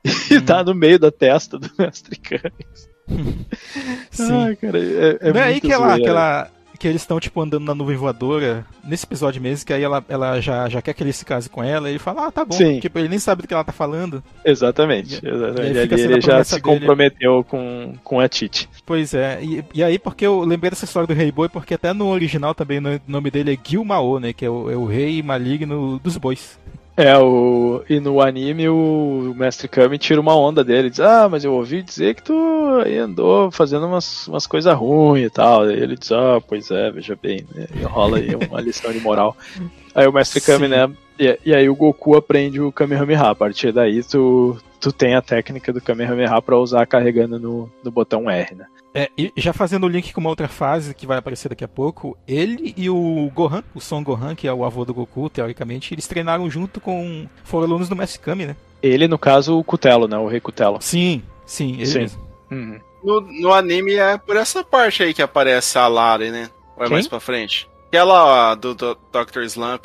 E tá no meio da testa do Mestre Kami. Sim. Ai, cara, é, é Não é aí muito que ela, zoeira. que ela. Que eles estão, tipo, andando na nuvem voadora, nesse episódio mesmo, que aí ela, ela já, já quer que ele se case com ela, e ele fala, ah, tá bom. Sim. Tipo, ele nem sabe do que ela tá falando. Exatamente, E- exatamente. e aí fica Ali sendo ele a já promessa se dele. comprometeu com, com a Titi. Pois é, e, e aí porque eu lembrei dessa história do Rei Boi, porque até no original também o nome dele é Gil-Mao, né, que é o, é o rei maligno dos bois. É, o, e no anime o Mestre Kami tira uma onda dele, diz, ah, mas eu ouvi dizer que tu aí andou fazendo umas, umas coisas ruins e tal. Aí ele diz, ah, pois é, veja bem, né? E rola aí uma lição de moral. Aí o Mestre Kami, Sim. né, e, e aí o Goku aprende o Kamehameha. A partir daí tu, tu tem a técnica do Kamehameha pra usar carregando no, no botão R, né? É, e já fazendo o link com uma outra fase que vai aparecer daqui a pouco, ele e o Gohan, o Son Gohan, que é o avô do Goku, teoricamente, eles treinaram junto com... foram alunos do Mestre Kami, né? Ele, no caso, o Cutelo, né, o Rei Cutelo. Sim, sim, ele Sim. mesmo. Uhum. No, no anime é por essa parte aí que aparece a Lari, né? Ou é Quem? mais pra frente? Aquela do, do doutor Slump, que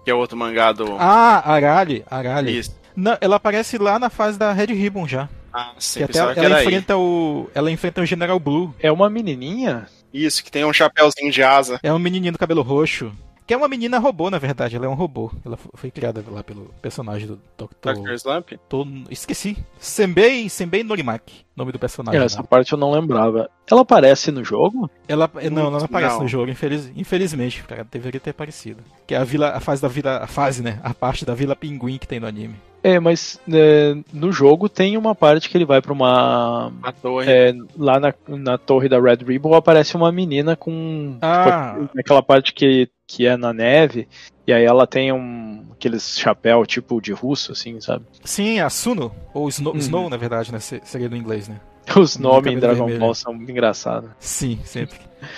que é outro mangá do... Ah, Arali, Arali. Isso. Não, ela aparece lá na fase da Red Ribbon já. Ah, sim, Que até pensava ela, que era enfrenta o, ela enfrenta o General Blue. É uma menininha? aí. Isso, que tem um chapéuzinho de asa. É um menininho do cabelo roxo. Que é uma menina robô, na verdade. Ela é um robô. Ela fo- foi criada lá pelo personagem do doutor Doctor Slump? Tô... Esqueci. Senbei, Senbei Norimaki. Nome do personagem. É, né? essa parte eu não lembrava. Ela aparece no jogo? Ela, não, ela não aparece Não. no jogo, infeliz, infelizmente, cara, deveria ter aparecido. Que é a vila, a fase da vila, a fase, né? A parte da Vila Pinguim que tem no anime. É, mas é, no jogo tem uma parte que ele vai pra uma... A torre. É, lá na, na torre da Red Ribbon aparece uma menina com... Ah. Tipo, naquela parte que, que é na neve, e aí ela tem um aqueles chapéu tipo de russo, assim, sabe? Sim, a Suno, ou Snow, Uhum. Snow na verdade, né? se- Seria no inglês, né? Os Menina nomes em cabelo Dragon vermelho. Ball são muito engraçados. Sim, sempre.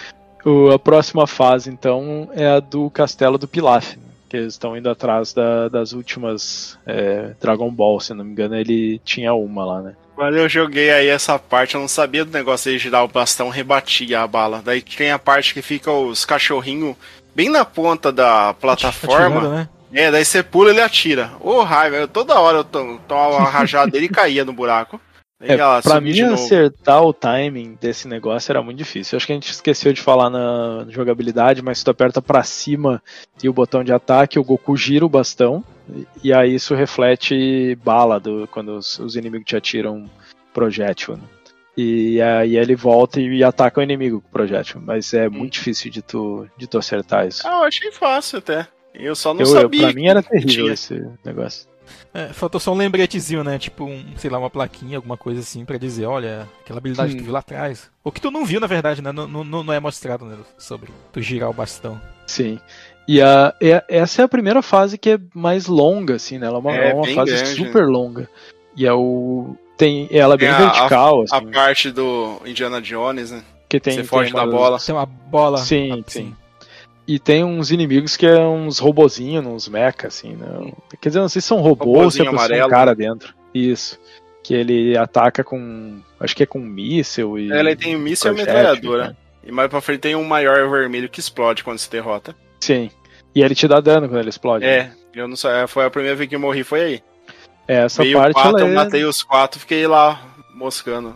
O, a próxima fase, então, é a do Castelo do Pilaf, né? Que eles estão indo atrás da- das últimas é, Dragon Ball, se não me engano, ele tinha uma lá, né? Quando eu joguei aí essa parte, eu não sabia do negócio de girar o bastão, rebatia a bala. Daí tem a parte que fica os cachorrinhos bem na ponta da plataforma. Atirando, né? É, daí você pula e ele atira. Ô, raiva, eu, toda hora eu to- tomava uma rajada dele e caía no buraco. Daí É, ela pra subia mim, de novo. acertar o timing desse negócio era muito difícil. Eu acho que a gente esqueceu de falar na jogabilidade, mas se tu aperta pra cima e o botão de ataque, o Goku gira o bastão, e, e aí isso reflete bala do, quando os, os inimigos te atiram projétil, né? E aí ele volta e ataca o inimigo com o projétil. Mas é muito difícil de tu, de tu acertar isso. Ah, eu achei fácil até. Eu só não Eu, eu, sabia. pra mim era que terrível tinha. esse negócio. É, faltou só um lembretezinho, né? Tipo, um, sei lá, uma plaquinha, alguma coisa assim, pra dizer, olha, aquela habilidade Hum. que tu viu lá atrás. Ou que tu não viu, na verdade, né? Não, não, não é mostrado, né? Sobre tu girar o bastão. Sim. E a, é- essa é a primeira fase que é mais longa, assim, né? Ela é uma, É, é uma bem fase grande, super longa. E é o. Tem, ela é bem Tem a- vertical, A assim. parte do Indiana Jones, né? que tem, Você tem foge da umas- bola. Tem uma bola. Sim, ah, sim. E tem uns inimigos que é uns robozinhos, uns mecha, assim, né? Quer dizer, não sei se são robôs ou se é Robozinho a pessoa amarelo, um cara né? dentro. Isso. Que ele ataca com. Acho que é com míssel e. Ela tem míssil e projétil, metralhadora. né? E mais pra frente tem um maior vermelho que explode quando se derrota. Sim. E ele te dá dano quando ele explode. né? É, eu não sei, foi a primeira vez que eu morri, foi aí. É, essa Veio parte quatro, ela eu é... matei os quatro, fiquei lá moscando.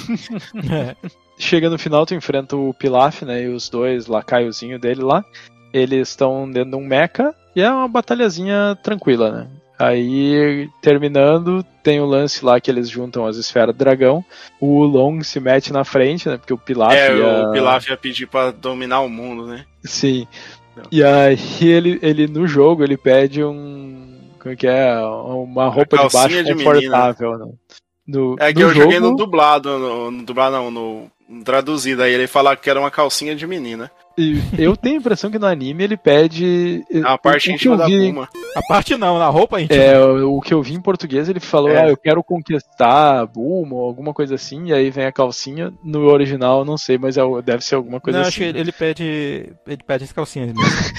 É. Chega no final, tu enfrenta o Pilaf, né? E os dois lacaiozinhos dele lá. Eles estão dentro de um mecha e é uma batalhazinha tranquila, né? Aí, terminando, tem o lance lá que eles juntam as esferas do dragão. O Long se mete na frente, né? Porque o Pilaf É, ia... o Pilaf ia pedir pra dominar o mundo, né? Sim. E aí ele, ele no jogo ele pede um. Como é que é? Uma roupa de baixo calcinha de confortável, né? No, É que no eu jogo, joguei no dublado, no, no dublado não, no, no traduzido. Aí ele fala que era uma calcinha de menina. e eu tenho a impressão que no anime ele pede. A parte o, o que íntima eu da vi, Puma. A parte não, na roupa íntima. é, o que eu vi em português, ele falou, É. ah, eu quero conquistar a Bulma ou alguma coisa assim, e aí vem a calcinha. No original, eu não sei, mas é, o- deve ser alguma coisa não, assim. acho que ele ele pede. Ele pede as calcinhas mesmo.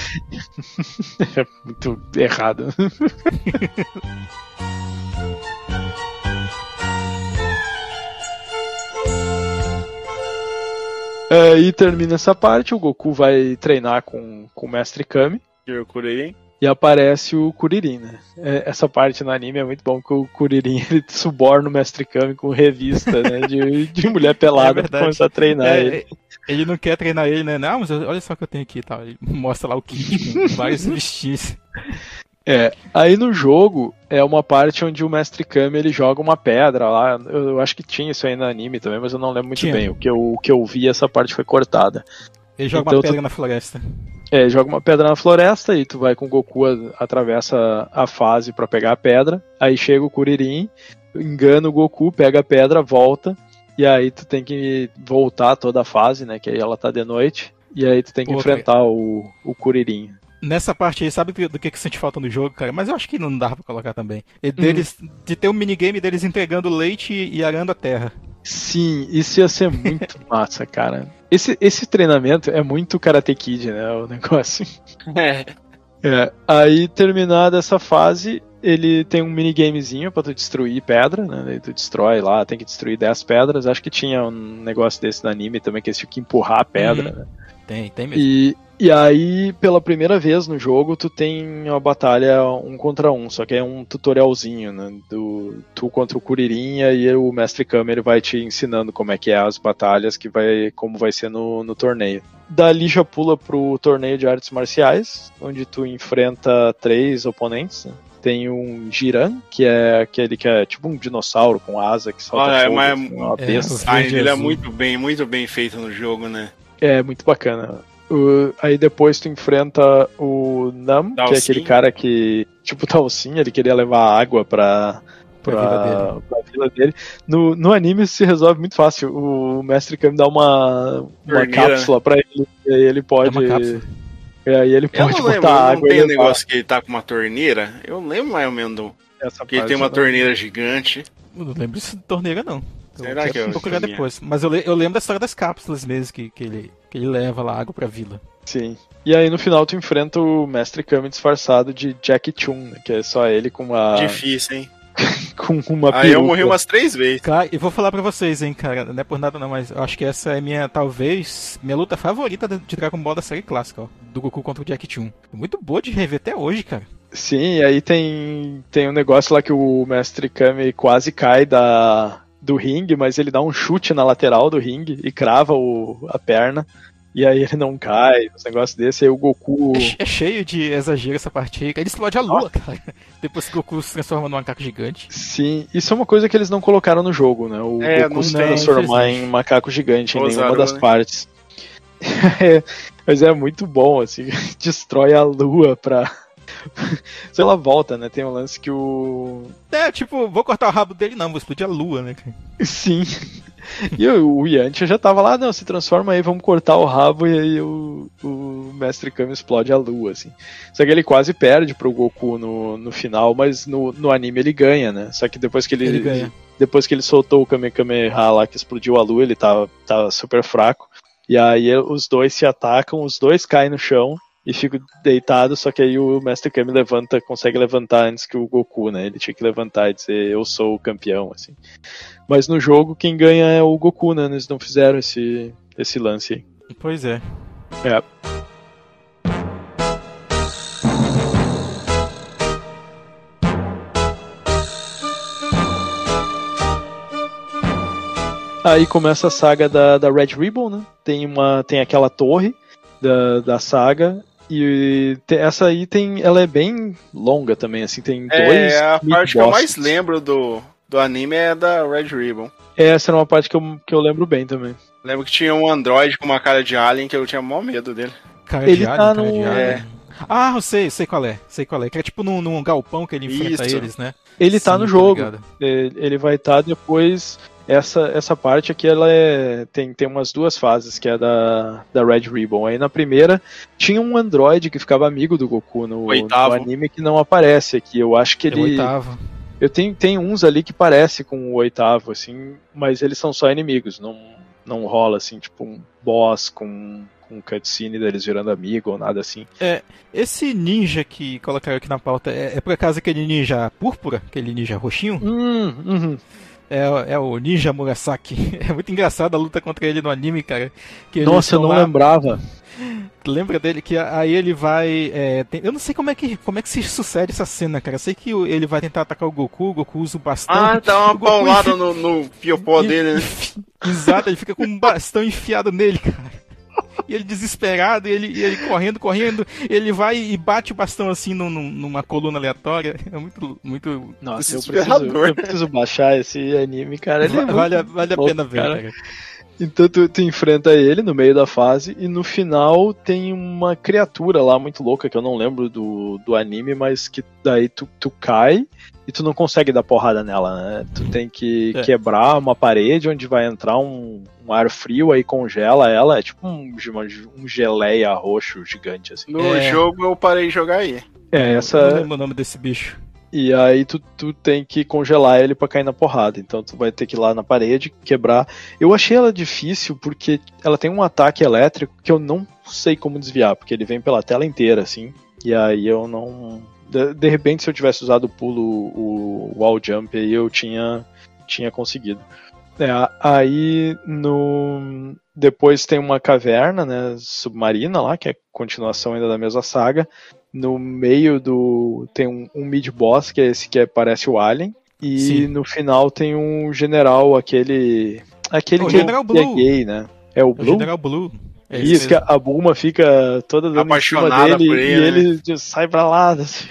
É muito errado. É, e termina essa parte, o Goku vai treinar com, com o Mestre Kami Que eu curei. e aparece o Kuririn, né? É, essa parte no anime é muito bom, que o Kuririn ele suborna o Mestre Kami com revista, né? De, de mulher É pelada pra verdade. começar a treinar É, ele. ele não quer treinar ele, né? Não, mas olha só o que eu tenho aqui e tal. Ele mostra lá o kit com vários vestígios. É, aí no jogo é uma parte onde o Mestre Kami ele joga uma pedra lá. Eu, eu acho que tinha isso aí no anime também, mas eu não lembro muito Tinha. bem. O que, eu, o que eu vi, essa parte foi cortada. Ele joga Então uma eu tô- pedra na floresta. É, joga uma pedra na floresta e tu vai com o Goku, a- atravessa a fase pra pegar a pedra. Aí chega o Kuririn, engana o Goku, pega a pedra, volta. E aí tu tem que voltar toda a fase, né? Que aí ela tá de noite. E aí tu tem que Pô, enfrentar o, o Kuririn. Nessa parte aí, sabe do do que que sente falta no jogo, cara? Mas eu acho que não dava pra colocar também. E deles, De ter um minigame deles entregando leite e arando a terra. Sim, isso ia ser muito massa, cara. Esse, esse treinamento é muito Karate Kid, né? O negócio. É. É, aí terminada essa fase, ele tem um minigamezinho pra tu destruir pedra, né? Daí tu destrói lá, tem que destruir dez pedras. Acho que tinha um negócio desse no anime também, que eles tinham que empurrar a pedra, Uhum. né? Tem, tem mesmo. E, E aí, pela primeira vez no jogo, tu tem uma batalha um contra um, só que é um tutorialzinho, né? Do, tu contra o Kuririn, e o Mestre Kami ele vai te ensinando como é que é as batalhas, que vai, como vai ser no, no torneio. Dali já pula pro torneio de artes marciais, onde tu enfrenta três oponentes, né? Tem um Jiran, que é aquele que é tipo um dinossauro com asa que solta Olha, fogo, mas assim, uma é, besta. Ah, ele é azul. muito bem, muito bem feito no jogo, né? É, muito bacana. O- aí depois tu enfrenta o Nam, que é Dalsin. aquele cara que, tipo, Dalsin, ele queria levar água pra, Pra pra, vila dele. pra vila dele. No, no anime isso se resolve muito fácil. O Mestre Kami dá uma, uma Torneira, cápsula pra ele, e aí ele pode... É uma cápsula. E aí ele Eu pode não lembro, botar não água e tem um levar negócio que ele tá com uma torneira? Eu lembro mais ou menos do... essa que ele parte, tem uma né? torneira gigante. Eu não lembro disso de torneira, não. Eu Será quero que eu procurar tinha? depois. Mas eu, le- eu lembro da história das cápsulas mesmo, que, que, ele, que ele leva lá água pra vila. Sim. E aí no final tu enfrenta o Mestre Kami disfarçado de Jack Chun, né, que é só ele com uma, Difícil, hein? com uma Aí eu peruca. morri umas três vezes. Cara, e vou falar pra vocês, hein, cara, não é por nada não, mas eu acho que essa é minha, talvez, minha luta favorita de de Dragon Ball da série clássica, ó. Do Goku contra o Jack Chun. Muito boa de rever até hoje, cara. Sim, e aí tem, tem um negócio lá que o Mestre Kami quase cai da, do ringue, mas ele dá um chute na lateral do ringue e crava o, a perna. E aí ele não cai, uns negócios desse, aí o Goku... É, che- é cheio de exagero essa parte aí. Ele explode a lua, cara. Depois que o Goku se transforma num macaco gigante. Sim, isso é uma coisa que eles não colocaram no jogo, né? O É, Goku não se tem, transformar infelizmente. em macaco gigante em nenhuma Ousarou, das né? partes. É, mas é muito bom, assim, destrói a lua pra... Se ela volta, né? Tem um lance que o... É, tipo, vou cortar o rabo dele, não, vou explodir a lua, né, cara? Sim. E o, o Yantia já tava lá, não, se transforma aí, vamos cortar o rabo, e aí o, o Mestre Kami explode a lua, assim. Só que ele quase perde pro Goku no, no final, mas no, no anime ele ganha, né? Só que depois que ele, Ele ganha. depois que ele soltou o Kamehameha lá, que explodiu a lua, ele tava, tava super fraco. E aí os dois se atacam, os dois caem no chão e ficam deitados, só que aí o Mestre Kami levanta, consegue levantar antes que o Goku, né? Ele tinha que levantar e dizer, eu sou o campeão, assim. Mas no jogo, quem ganha é o Goku, né? Eles não fizeram esse, esse lance aí. Pois é. É. Aí começa a saga da, da Red Ribbon, né? Tem, uma, tem aquela torre da, da saga. E te- essa aí tem. Ela é bem longa também, assim, tem dois. É, a parte que eu mais mid-bosses. lembro do, do anime é da Red Ribbon. Essa era uma parte que eu, que eu lembro bem também. Lembro que tinha um androide com uma cara de alien que eu tinha maior medo dele. Cara Ele de tá alien, cara no- de alien. é. Ah, eu sei, sei qual é. Sei qual é. Que é tipo num, num galpão que ele enfrenta Isso. eles, né? Ele tá Sim, no tô jogo. ligado. Ele ele vai estar depois. Essa, essa parte aqui ela é, tem, tem umas duas fases, que é da, da Red Ribbon. Aí na primeira tinha um androide que ficava amigo do Goku no, Oitavo. no anime que não aparece aqui. Eu acho que É o ele. oitavo. Eu tenho, tem uns ali que parece com o oitavo, assim, mas eles são só inimigos. Não, não rola assim, tipo um boss com, com cutscene deles virando amigo ou nada assim. Esse ninja que colocaram aqui na pauta é, é por acaso aquele ninja púrpura? Aquele ninja roxinho? Hum, uhum. É, é o Ninja Murasaki. É muito engraçado a luta contra ele no anime, cara. Que eles Nossa, eu estão não lá- lembrava. Lembra dele que aí ele vai. é, tem- eu não sei como é, que, como é que se sucede essa cena, cara. Eu sei que o- ele vai tentar atacar o Goku, o Goku usa o bastão. Ah, dá o uma Goku paulada enfi- no, no piopó e- dele, né? enfi- Exato, ele fica com um bastão enfiado nele, cara. E ele desesperado, e ele, e ele correndo, correndo, ele vai e bate o bastão assim num- num- numa coluna aleatória. É muito. muito Nossa, eu Desesperador. preciso, eu preciso baixar esse anime, cara. Ele é muito vale, a- vale a louco, pena ver, cara. cara. Então tu, tu enfrenta ele no meio da fase e no final tem uma criatura lá muito louca que eu não lembro do, do anime, mas que daí tu, tu cai e tu não consegue dar porrada nela, né? Tu tem que É. quebrar uma parede onde vai entrar um, um ar frio, aí congela ela, é tipo um, um geleia roxo gigante, assim. No É. jogo eu parei de jogar aí. É, Eu essa... não lembro o nome desse bicho. E aí tu, tu tem que congelar ele pra cair na porrada. Então tu vai ter que ir lá na parede, quebrar. Eu achei ela difícil porque ela tem um ataque elétrico que eu não sei como desviar, porque ele vem pela tela inteira, assim. E aí eu não... De, de repente, se eu tivesse usado o pulo, o wall jump aí, eu tinha, tinha conseguido. É, aí no, depois tem uma caverna, né, submarina lá, que é continuação ainda da mesma saga. No meio do... tem um, um mid-boss, que é esse que parece o Alien. E Sim. no final tem um general, aquele... Aquele o que, General é, Blue. é gay, né? É o Blue? O General Blue. É isso, isso que a Bulma fica toda dando apaixonada dele, por ele, e ele né? sai pra lá. Assim.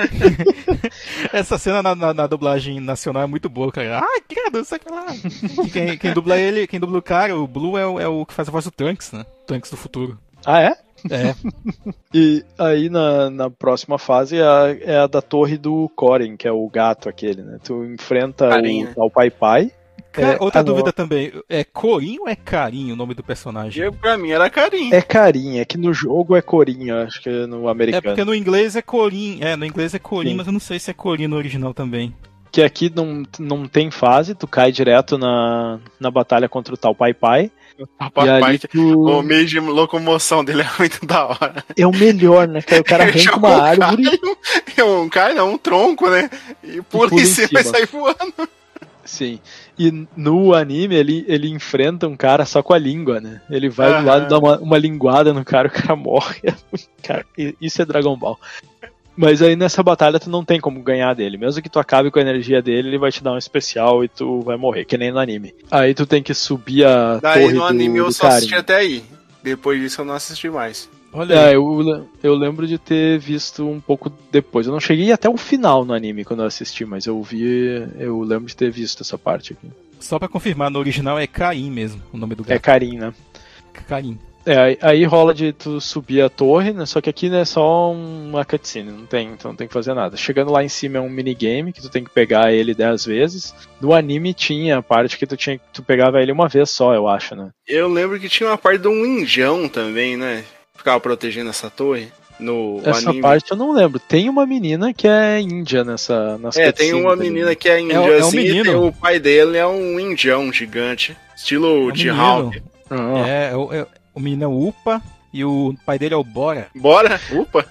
Essa cena na, na, na dublagem nacional é muito boa, cara. Ai, criado, sai pra lá. Quem, quem dubla ele, quem dubla o cara, o Blue é o, é o que faz a voz do Trunks, né? Trunks do futuro. Ah, é? É. E aí na, na próxima fase é a, é a da torre do Korin, que é o gato aquele, né? Tu enfrenta Carinha. o, o Pai Pai. Cara, É, outra ah, dúvida não. também, é Corin ou é Carinho o nome do personagem? Eu, pra mim era carinho. É Carinha, é que no jogo é Corinha, acho que é no É americano. porque no inglês é Corin, é, no inglês é Corin, Sim. mas eu não sei se é Corin no original também. Que aqui não, não tem fase, tu cai direto na, na batalha contra o tal Pai Pai. Rapaz, e ali tu... o meio de locomoção dele é muito da hora. É o melhor, né? Que aí o cara Ele arranca joga uma um árvore. Carro, um carro, não, um tronco, né? E pula pula em em cima e cima. sai voando. Sim. E no anime ele, ele enfrenta um cara só com a língua, né? Ele vai Aham. do lado, dá uma, uma linguada no cara, o cara morre. Cara, isso é Dragon Ball. Mas aí nessa batalha tu não tem como ganhar dele. Mesmo que tu acabe com a energia dele, ele vai te dar um especial e tu vai morrer, que nem no anime. Aí tu tem que subir a Daí torre no do, anime eu do só assisti Karin. até aí. Depois disso eu não assisti mais. Olha É, aí. eu, eu lembro de ter visto um pouco depois. Eu não cheguei até o final no anime quando eu assisti, mas eu vi. Eu lembro de ter visto essa parte aqui. Só pra confirmar, no original é Caim mesmo, o nome do É gato. Karin, né? Caim. É, aí, aí rola de tu subir a torre, né? Só que aqui né, é só uma cutscene, não tem, então não tem que fazer nada. Chegando lá em cima é um minigame que tu tem que pegar ele dez vezes. No anime tinha a parte que tu tinha tu pegava ele uma vez só, eu acho, né? Eu lembro que tinha uma parte de um ninjão também, né? Ficava protegendo essa torre no Essa anime. parte eu não lembro. Tem uma menina que é índia nessa nessa É, tem cutscene uma também. menina que é É o- índia é um assim, e menino. tem o pai dele é um indião gigante. Estilo É um de menino. Hulk. Ah, É, é, o- é, o menino é o Upa e o pai dele é o Bora. Bora? Upa!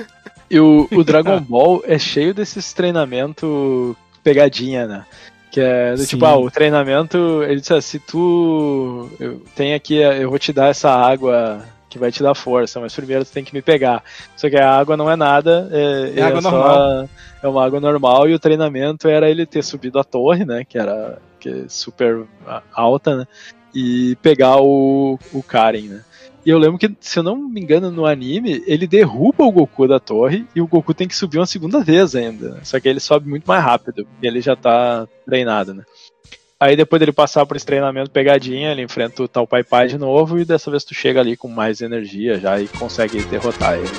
E o, o Dragon Ball é cheio desses treinamentos pegadinha, né? Que é do Sim. tipo, ah, o treinamento, ele diz assim, se tu eu, tem aqui, eu vou te dar essa água que vai te dar força, mas primeiro tu tem que me pegar. Só que a água não é nada, é, É água só- normal. é uma água normal, e o treinamento era ele ter subido a torre, né? Que era que é super alta, né? E pegar o, o Karen, né? E eu lembro que, se eu não me engano, no anime, ele derruba o Goku da torre e o Goku tem que subir uma segunda vez ainda. Né? Só que ele sobe muito mais rápido e ele já tá treinado, né? Aí depois dele passar por esse treinamento pegadinha, ele enfrenta o tal Pai Pai de novo e dessa vez tu chega ali com mais energia já e consegue derrotar ele.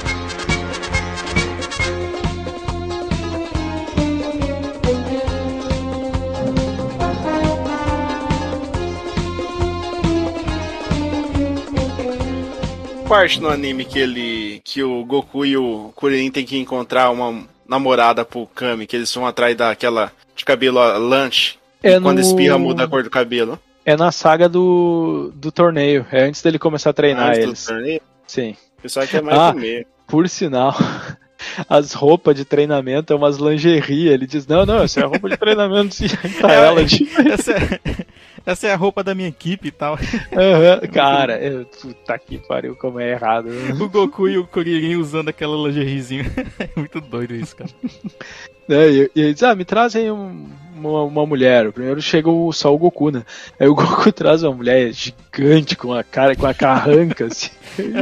Parte no anime que ele. Que o Goku e o Kuririn tem que encontrar uma namorada pro Kami, que eles vão atrás daquela de cabelo lanche. É e quando no- espirra muda a cor do cabelo. É na saga do, do torneio, é antes dele começar a treinar Antes do eles. torneio, Sim. o pessoal quer mais Ah. comer. Por sinal, as roupas de treinamento é umas lingerie. Ele diz, não, não, essa é a roupa de treinamento. E aí tá ela de... Essa é, essa é a roupa da minha equipe e tal. Aham, cara, eu, puta que pariu, como é errado. né? O Goku e o Kuririn usando aquela lingeriezinha. É muito doido isso, cara. É, e, e ele diz, ah, me traz aí um- uma, uma mulher. Primeiro chega o, só o Goku, né? Aí o Goku traz uma mulher gigante, com a cara, com a carranca, assim.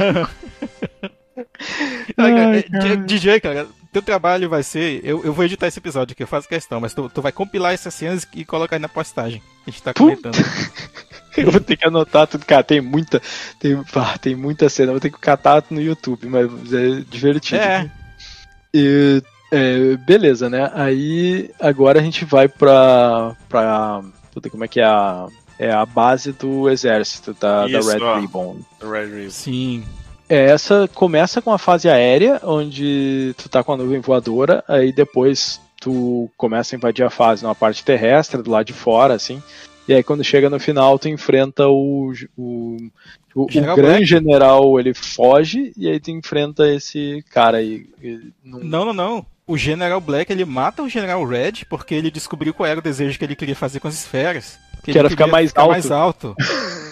Ai, cara. D J, cara, teu trabalho vai ser. Eu, eu vou editar esse episódio aqui, eu faço questão, mas tu, tu vai compilar essas cenas e colocar aí na postagem. A gente tá Puta. comentando. Eu vou ter que anotar tudo, cara, tem muita, tem, pá, tem muita cena, eu vou ter que catar no YouTube, mas é divertido. É. E, é, beleza, né? Aí agora a gente vai pra, pra puta, como é que é a, é a base do exército da, da Isso, Red ó. Ribbon. Red Ribbon. Sim. É, essa começa com a fase aérea, onde tu tá com a nuvem voadora, aí depois tu começa a invadir a fase na parte terrestre, do lado de fora, assim. E aí quando chega no final, tu enfrenta o, o, o, o General grande Black. general, ele foge, e aí tu enfrenta esse cara aí. E não- Não, não, não. O General Black, ele mata o General Red porque ele descobriu qual era o desejo que ele queria fazer com as esferas. Que era ele ficar queria mais alto. mais alto.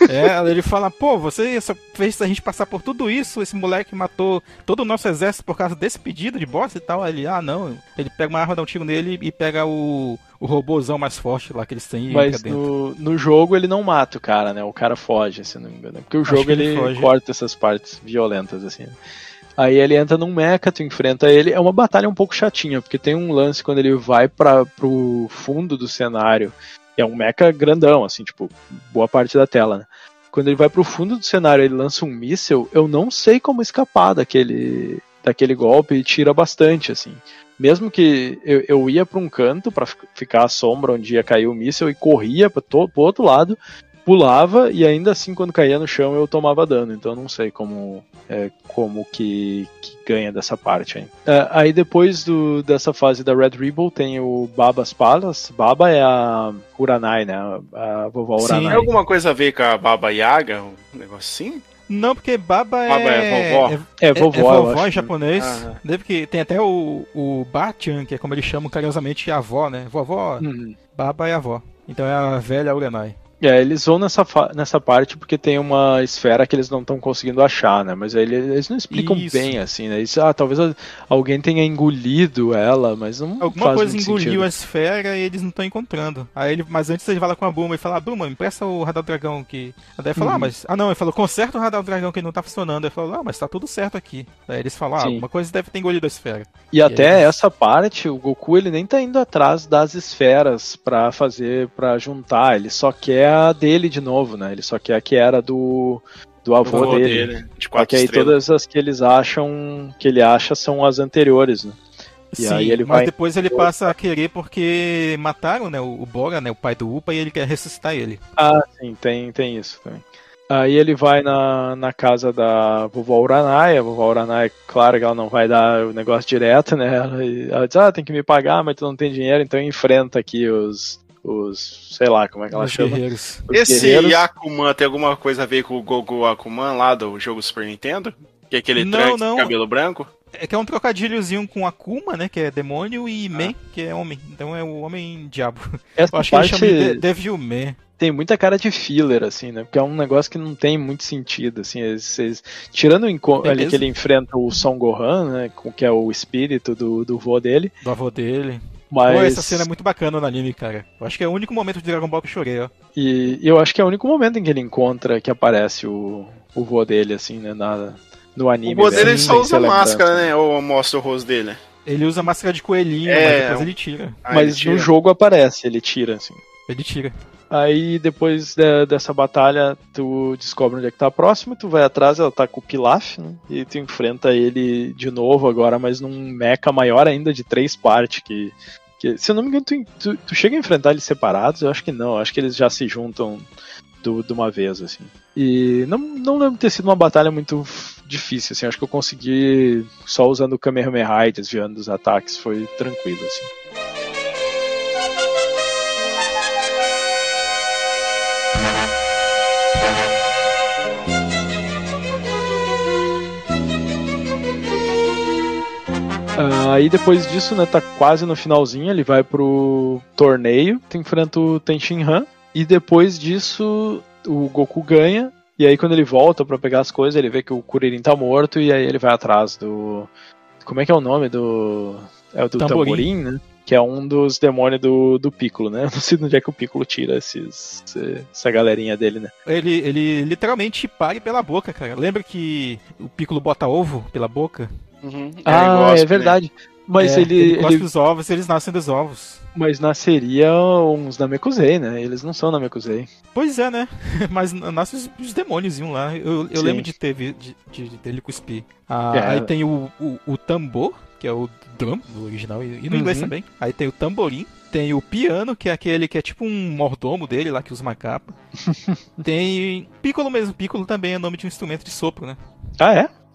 É, ele fala, pô, você só fez a gente passar por tudo isso, esse moleque matou todo o nosso exército por causa desse pedido de boss e tal. Aí ele, ah, não. Ele pega uma arma, dá um tiro nele e pega o, o robôzão mais forte lá que eles têm e Mas entra dentro. no, no jogo ele não mata o cara, né? O cara foge, se não me engano. Porque o Acho jogo que ele ele, foge. corta essas partes violentas, assim. Aí ele entra num mecha, tu enfrenta ele. É uma batalha um pouco chatinha, porque tem um lance quando ele vai para pro fundo do cenário. É um mecha grandão, assim, tipo, boa parte da tela, né? Quando ele vai pro fundo do cenário e ele lança um míssil, eu não sei como escapar daquele, daquele golpe e tira bastante, assim. Mesmo que eu, eu ia pra um canto pra ficar à sombra onde ia cair o míssil e corria pra to, pro outro lado, pulava e ainda assim quando caía no chão eu tomava dano. Então eu não sei como, é, como que, que ganha dessa parte aí. É, aí depois do, dessa fase da Red Rebel tem o Baba's Palace. Baba é a Uranai, né? A, a vovó Sim. Uranai. Tem alguma coisa a ver com a Baba Yaga? Um negócio assim? Não, porque Baba é... Baba é vovó? É É, vovó, é eu vovó acho, em japonês. Ah. Deve que tem até o, o Bachan, que é como eles chamam carinhosamente a avó, né? Vovó, Uhum. Baba é a avó. Então é a velha Uranai. É, eles vão nessa, fa- nessa parte porque tem uma esfera que eles não estão conseguindo achar, né? Mas aí eles, eles não explicam Isso. bem, assim, né? Eles, ah, talvez a- alguém tenha engolido ela, mas não Alguma faz coisa muito engoliu sentido. a esfera e eles não estão encontrando. Aí ele, mas antes ele fala com a Buma e fala, ah, Buma, me empresta o radar do dragão que. Aí ele fala, Uhum. ah, mas. Ah não, ele falou, conserta o radar do dragão que não tá funcionando. Aí ele falou, ah, mas tá tudo certo aqui. Aí eles falam, ah, Sim. alguma coisa deve ter engolido a esfera. E até eles- essa parte, o Goku ele nem tá indo atrás das esferas pra fazer, pra juntar. Ele só quer a dele de novo, né? Ele só quer a que era do, do avô Vovô dele. De Só quatro que aí estrelas. todas as que eles acham, que ele acha são as anteriores, né? E Sim, aí ele mas vai- depois ele passa a querer porque mataram, né, o o Bora, né, o pai do Upa, e ele quer ressuscitar ele. Ah, sim, tem, tem isso também. Aí ele vai na, na casa da vovó Uranai. A vovó Uranai, claro que ela não vai dar o negócio direto, né? Ela, ela diz, ah, tem que me pagar, mas tu não tem dinheiro, então enfrenta aqui os, os sei lá, como é que ela Os chama? guerreiros. Os Esse guerreiros. Akuman tem alguma coisa a ver com o Gogo Akuman lá do jogo Super Nintendo? Que é aquele Não, Trunks não. de cabelo branco? É que é um trocadilhozinho com Akuma, né, que é demônio, e Ah. Man, que é homem. Então é o homem diabo. Essa Eu acho que ele parte chama de De- Devil Man. tem muita cara de filler, assim, né? Porque é um negócio que não tem muito sentido, assim. Eles, eles- tirando o enco- É ali mesmo? que ele enfrenta o Son Gohan, né? com- Que é o espírito do, do vô dele. Do avô dele. Mas Pô, essa cena é muito bacana no anime, cara. Eu acho que é o único momento de Dragon Ball que eu chorei, ó. E eu acho que é o único momento em que ele encontra que aparece o, o vô dele, assim, né? Na, no anime. O vô dele mesmo, só sem usa ser lembrança. máscara, né? Ou mostra o rosto dele. Ele usa máscara de coelhinho, É, mas depois ele tira. Ah, Mas ele no tira. jogo aparece, ele tira, assim. Ele tira. Aí depois de- dessa batalha, tu descobre onde é que tá próximo, tu vai atrás, ela tá com o Pilaf, né? E tu enfrenta ele de novo agora, mas num mecha maior ainda de três partes, que, que se eu não me engano, tu, tu, tu chega a enfrentar eles separados? Eu acho que não, eu acho que eles já se juntam do- de uma vez, assim. E não, não lembro de ter sido uma batalha muito f- difícil, assim, acho que eu consegui só usando o Kamehameha e desviando dos ataques, foi tranquilo, assim. Ah, aí depois disso, né, tá quase no finalzinho, ele vai pro torneio, tu enfrenta o Tenshinhan, e depois disso o Goku ganha, e aí quando ele volta pra pegar as coisas, ele vê que o Kuririn tá morto, e aí ele vai atrás do... Como é que é o nome do... É o do Tamborim. Tamborim, né? Que é um dos demônios do, do Piccolo, né? Eu não sei de onde é que o Piccolo tira esses, essa galerinha dele, né? Ele, ele literalmente pare pela boca, cara. Lembra que o Piccolo bota ovo pela boca? Uhum. Ah, ele gosta, é verdade. Mas É, ele, ele cospe ele os ovos e eles nascem dos ovos. mas nasceria uns Namekusei, né? Eles não são Namekusei. Pois é, né? Mas nascem os, os demônios lá. Eu, eu Sim. lembro de ter vi- de, de, dele cuspir. Ah, É. Aí tem o, o, o tambor, que é o drum do original, e, e no inglês Uhum. também. Aí tem o tamborim. Tem o piano, que é aquele que é tipo um mordomo dele lá, que usa uma capa. Tem Piccolo mesmo. Piccolo também é nome de um instrumento de sopro, né? Ah, é?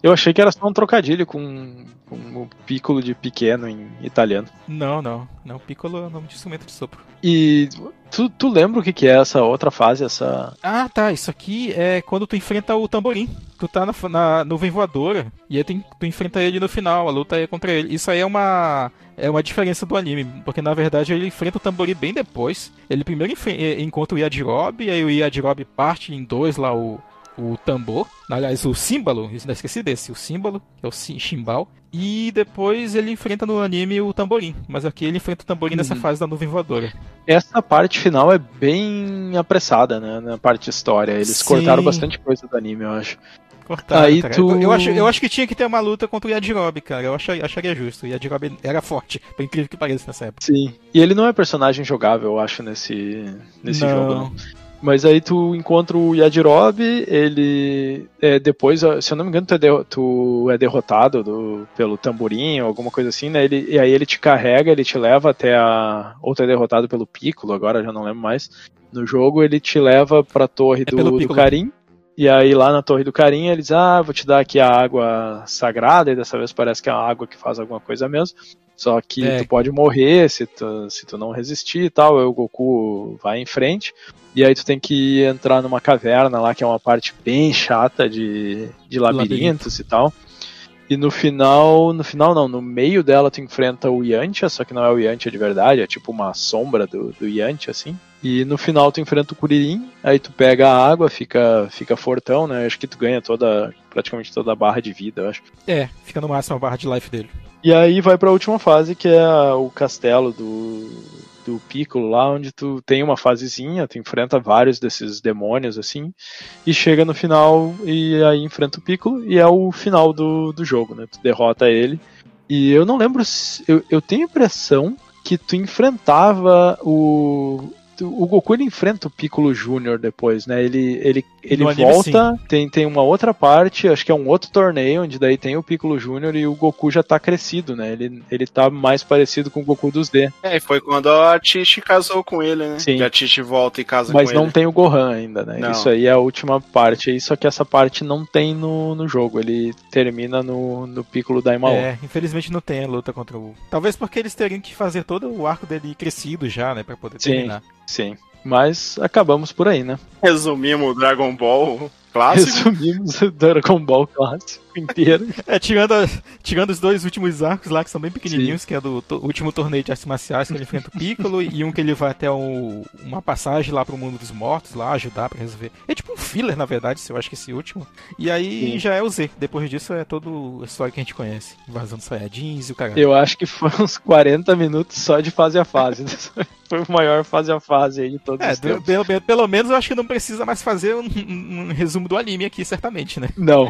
Eu achei que era só um trocadilho com, com o piccolo de pequeno em italiano. Não, não. Não, piccolo é o nome de instrumento de sopro. E tu, tu lembra o que, que é essa outra fase, essa... Ah, tá. Isso aqui é quando tu enfrenta o tamborim. Tu tá na, na nuvem voadora e aí tu, tu enfrenta ele no final. A luta é contra ele. Isso aí é uma... É uma diferença do anime, porque na verdade ele enfrenta o tamborim bem depois. Ele primeiro encontra o Yajirobe, e aí o Yajirobe parte em dois lá o, o tambor. Aliás, o símbolo, não esqueci desse, o símbolo, que é o chimbal. E depois ele enfrenta no anime o tamborim, mas aqui ele enfrenta o tamborim uhum. nessa fase da nuvem voadora. Essa parte final é bem apressada, né, na parte de história. Eles Sim. cortaram bastante coisa do anime, eu acho. Cortaram, aí cara. Tu... eu, acho, eu acho que tinha que ter uma luta contra o Yajirobe, cara. Eu acharia, acharia justo. O Yajirobe era forte, por incrível que pareça nessa época. Sim. E ele não é personagem jogável, eu acho, nesse, nesse não. jogo, não. Mas aí tu encontra o Yajirobe, ele... É, depois, se eu não me engano, tu é, de, tu é derrotado do, pelo tamborim ou alguma coisa assim, né? Ele, e aí ele te carrega, ele te leva até a... Ou tu é derrotado pelo Piccolo, agora já não lembro mais. No jogo ele te leva pra torre é do, do Karin. E aí lá na Torre do Karin eles, ah, vou te dar aqui a água sagrada, e dessa vez parece que é a água que faz alguma coisa mesmo. Só que é. tu pode morrer se tu, se tu não resistir e tal, aí o Goku vai em frente. E aí tu tem que entrar numa caverna lá, que é uma parte bem chata de, de labirintos Labirinto. e tal. E no final, no final não, no meio dela tu enfrenta o Yantia, só que não é o Yantia de verdade, é tipo uma sombra do, do Yantia, assim. E no final tu enfrenta o Kuririn, aí tu pega a água, fica, fica fortão, né? Acho que tu ganha toda, praticamente toda a barra de vida, eu acho. É, fica no máximo a barra de life dele. E aí vai pra última fase, que é a, o castelo do, do Piccolo lá, onde tu tem uma fasezinha, tu enfrenta vários desses demônios, assim, e chega no final e aí enfrenta o Piccolo, e é o final do, do jogo, né? Tu derrota ele. E eu não lembro, se, eu, eu tenho a impressão que tu enfrentava o... O Goku ele enfrenta o Piccolo Júnior depois, né? Ele, ele, ele volta, tem, tem uma outra parte, acho que é um outro torneio, onde daí tem o Piccolo Júnior e o Goku já tá crescido, né? Ele, ele tá mais parecido com o Goku dos D. É, e foi quando a Chichi casou com ele, né? Sim. Que a Chichi volta e casa Mas com ele. Mas não tem o Gohan ainda, né? Não. Isso aí é a última parte aí, só que essa parte não tem no, no jogo. Ele termina no, no Piccolo Daimao. É, infelizmente não tem a luta contra o... Talvez porque eles teriam que fazer todo o arco dele crescido já, né? Pra poder terminar. Sim. Sim, mas acabamos por aí, né? Resumimos o Dragon Ball clássico. Resumimos o Dragon Ball clássico inteiro. É, tirando, a, tirando os dois últimos arcos lá, que são bem pequenininhos, Sim. que é do to, último torneio de artes marciais, que ele enfrenta o Piccolo, e um que ele vai até um, uma passagem lá pro mundo dos mortos, lá, ajudar pra resolver. É tipo um filler, na verdade, eu acho que esse último. E aí Sim. já é o Z. Depois disso é todo a história que a gente conhece. Invasão dos Saiyajins e o caralho. Eu acho que foi uns quarenta minutos só de fase a fase. Foi o maior fase a fase aí de todos é, os tempos. Pelo, pelo menos eu acho que não precisa mais fazer um, um, um resumo do anime aqui, certamente, né? Não.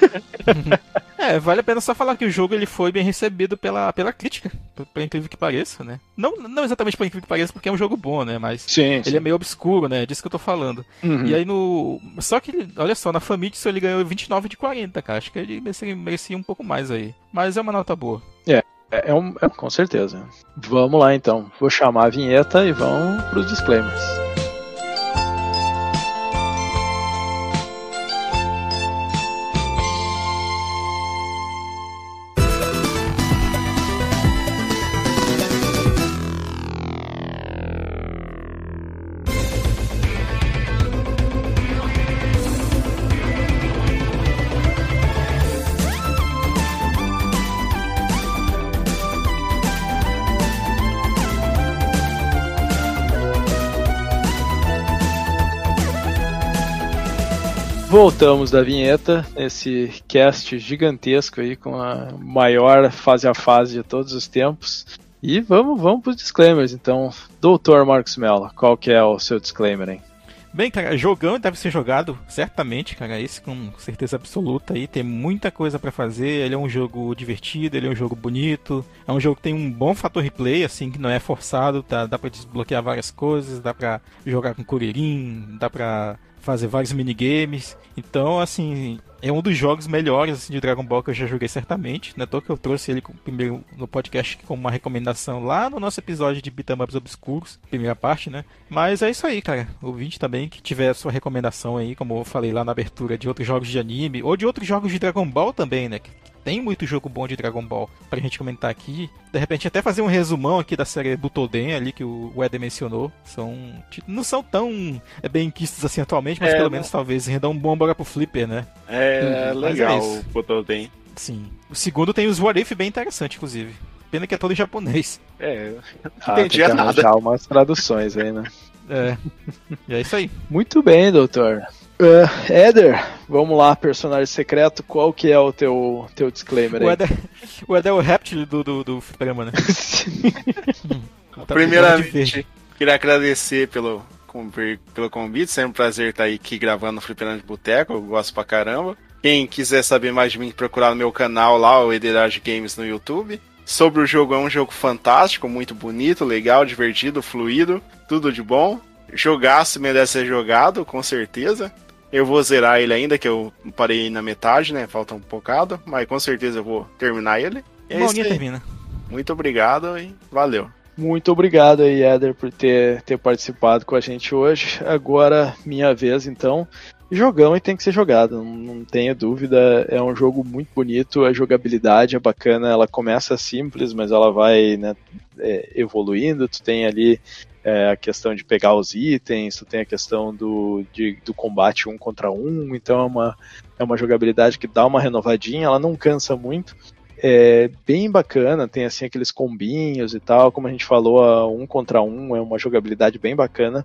É, vale a pena só falar que o jogo ele foi bem recebido pela, pela crítica, por incrível que pareça, né? Não, não exatamente por incrível que pareça, porque é um jogo bom, né? Mas sim, ele sim. é meio obscuro, né? Disso que eu tô falando. Uhum. E aí no... Só que, olha só, na Famitsu ele ganhou vinte e nove de quarenta, cara. Acho que ele merecia, merecia um pouco mais aí. Mas é uma nota boa. É. É, um, é, com certeza. Vamos lá então. Vou chamar a vinheta e vamos pros disclaimers. Voltamos da vinheta, esse cast gigantesco aí com a maior fase a fase de todos os tempos. E vamos, vamos para os disclaimers, então. doutor Marcos Mello, qual que é o seu disclaimer, hein? Bem, cara, jogão deve ser jogado, certamente, cara, esse com certeza absoluta aí, tem muita coisa pra fazer, ele é um jogo divertido, ele é um jogo bonito, é um jogo que tem um bom fator replay, assim, que não é forçado, tá, dá pra desbloquear várias coisas, dá pra jogar com Kuririn, dá pra fazer vários minigames. Então, assim, é um dos jogos melhores assim, de Dragon Ball que eu já joguei certamente. Não é à toa que eu trouxe ele primeiro no podcast como uma recomendação lá no nosso episódio de Beat'em Ups Obscuros, primeira parte, né? Mas é isso aí, cara. Ouvinte também que tiver a sua recomendação aí, como eu falei lá na abertura, de outros jogos de anime, ou de outros jogos de Dragon Ball também, né? Tem muito jogo bom de Dragon Ball pra gente comentar aqui. De repente até fazer um resumão aqui da série Butoden ali que o Eder mencionou. São, não são tão bem quistos assim atualmente, mas é, pelo menos não... talvez rendam um bom bora pro Flipper, né? É, hum, legal é o Butoden. Sim. O segundo tem os What If bem interessante, inclusive. Pena que é todo em japonês. É, não ah, entendi nada. Umas traduções aí, né? É. E é isso aí. Muito bem, doutor. Uh, Eder, vamos lá, personagem secreto, qual que é o teu, teu disclaimer aí? O Eder, o Eder é o réptil do, do, do programa, né? hum, tá Primeiramente, queria agradecer pelo, pelo convite, sempre um prazer estar aqui gravando o Fliperama de Boteco, eu gosto pra caramba. Quem quiser saber mais de mim, procurar no meu canal lá, o Ederage Games no YouTube. Sobre o jogo, é um jogo fantástico, muito bonito, legal, divertido, fluido, tudo de bom. Jogaço merece ser jogado, com certeza. Eu vou zerar ele ainda, que eu parei na metade, né? Falta um bocado, mas com certeza eu vou terminar ele. E é Bom, isso aí. termina. Muito obrigado e valeu. Muito obrigado aí, Eder, por ter, ter participado com a gente hoje. Agora, minha vez, então. Jogão e tem que ser jogado, não, não tenha dúvida. É um jogo muito bonito, a jogabilidade é bacana. Ela começa simples, mas ela vai, né, é, evoluindo. Tu tem ali É, a questão de pegar os itens, tu tem a questão do, de, do combate um contra um, então é uma, é uma jogabilidade que dá uma renovadinha, ela não cansa muito, é bem bacana, tem assim aqueles combinhos e tal, como a gente falou, a um contra um é uma jogabilidade bem bacana,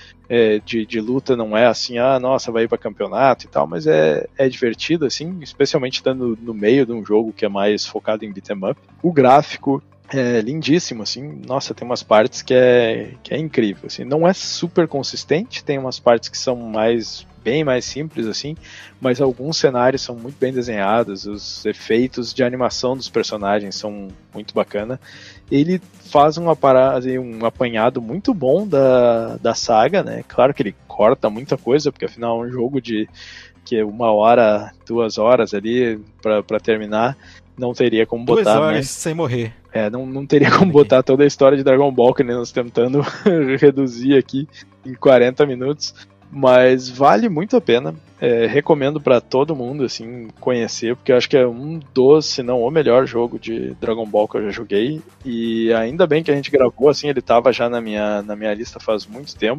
é, de, de luta não é assim, ah, nossa, vai ir pra campeonato e tal, mas é, é divertido assim, especialmente estando no meio de um jogo que é mais focado em beat'em up. O gráfico é lindíssimo, assim, nossa, tem umas partes que é, que é incrível, assim, não é super consistente, tem umas partes que são mais, bem mais simples, assim, mas alguns cenários são muito bem desenhados, os efeitos de animação dos personagens são muito bacana. Ele faz um, aparado, um apanhado muito bom da, da saga, né, claro que ele corta muita coisa, porque afinal é um jogo de que é uma hora, duas horas ali pra, pra terminar, não teria como botar, duas horas né? sem morrer. É, não, não teria como botar toda a história de Dragon Ball, que nem nós tentando reduzir aqui em quarenta minutos, mas vale muito a pena. É, recomendo para todo mundo assim conhecer, porque eu acho que é um dos, se não o melhor jogo de Dragon Ball que eu já joguei, e ainda bem que a gente gravou, assim, ele tava já na minha, na minha lista faz muito tempo.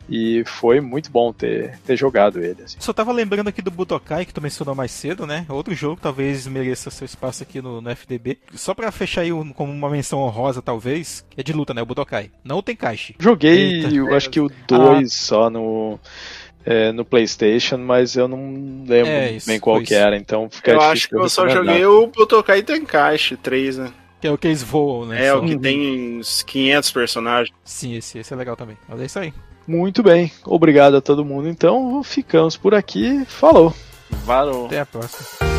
E foi muito bom ter, ter jogado ele. Assim. Só tava lembrando aqui do Budokai, que tu mencionou mais cedo, né? Outro jogo que talvez mereça seu espaço aqui no, no F D B. Só pra fechar aí um, como uma menção honrosa, talvez, é de luta, né? O Budokai. Não o Tenkaichi. Joguei, Eita. eu acho que o dois ah. só no... É, no PlayStation, mas eu não lembro é, isso, bem qual que era, então fica eu difícil. Eu acho que eu só joguei o Budokai Tenkaichi três, né? Que é o que eles voam, né? É, só. o que tem uns quinhentos personagens. Sim, esse, esse é legal também. Mas é isso aí. Muito bem, obrigado a todo mundo. Então, ficamos por aqui. Falou! Valeu! Até a próxima.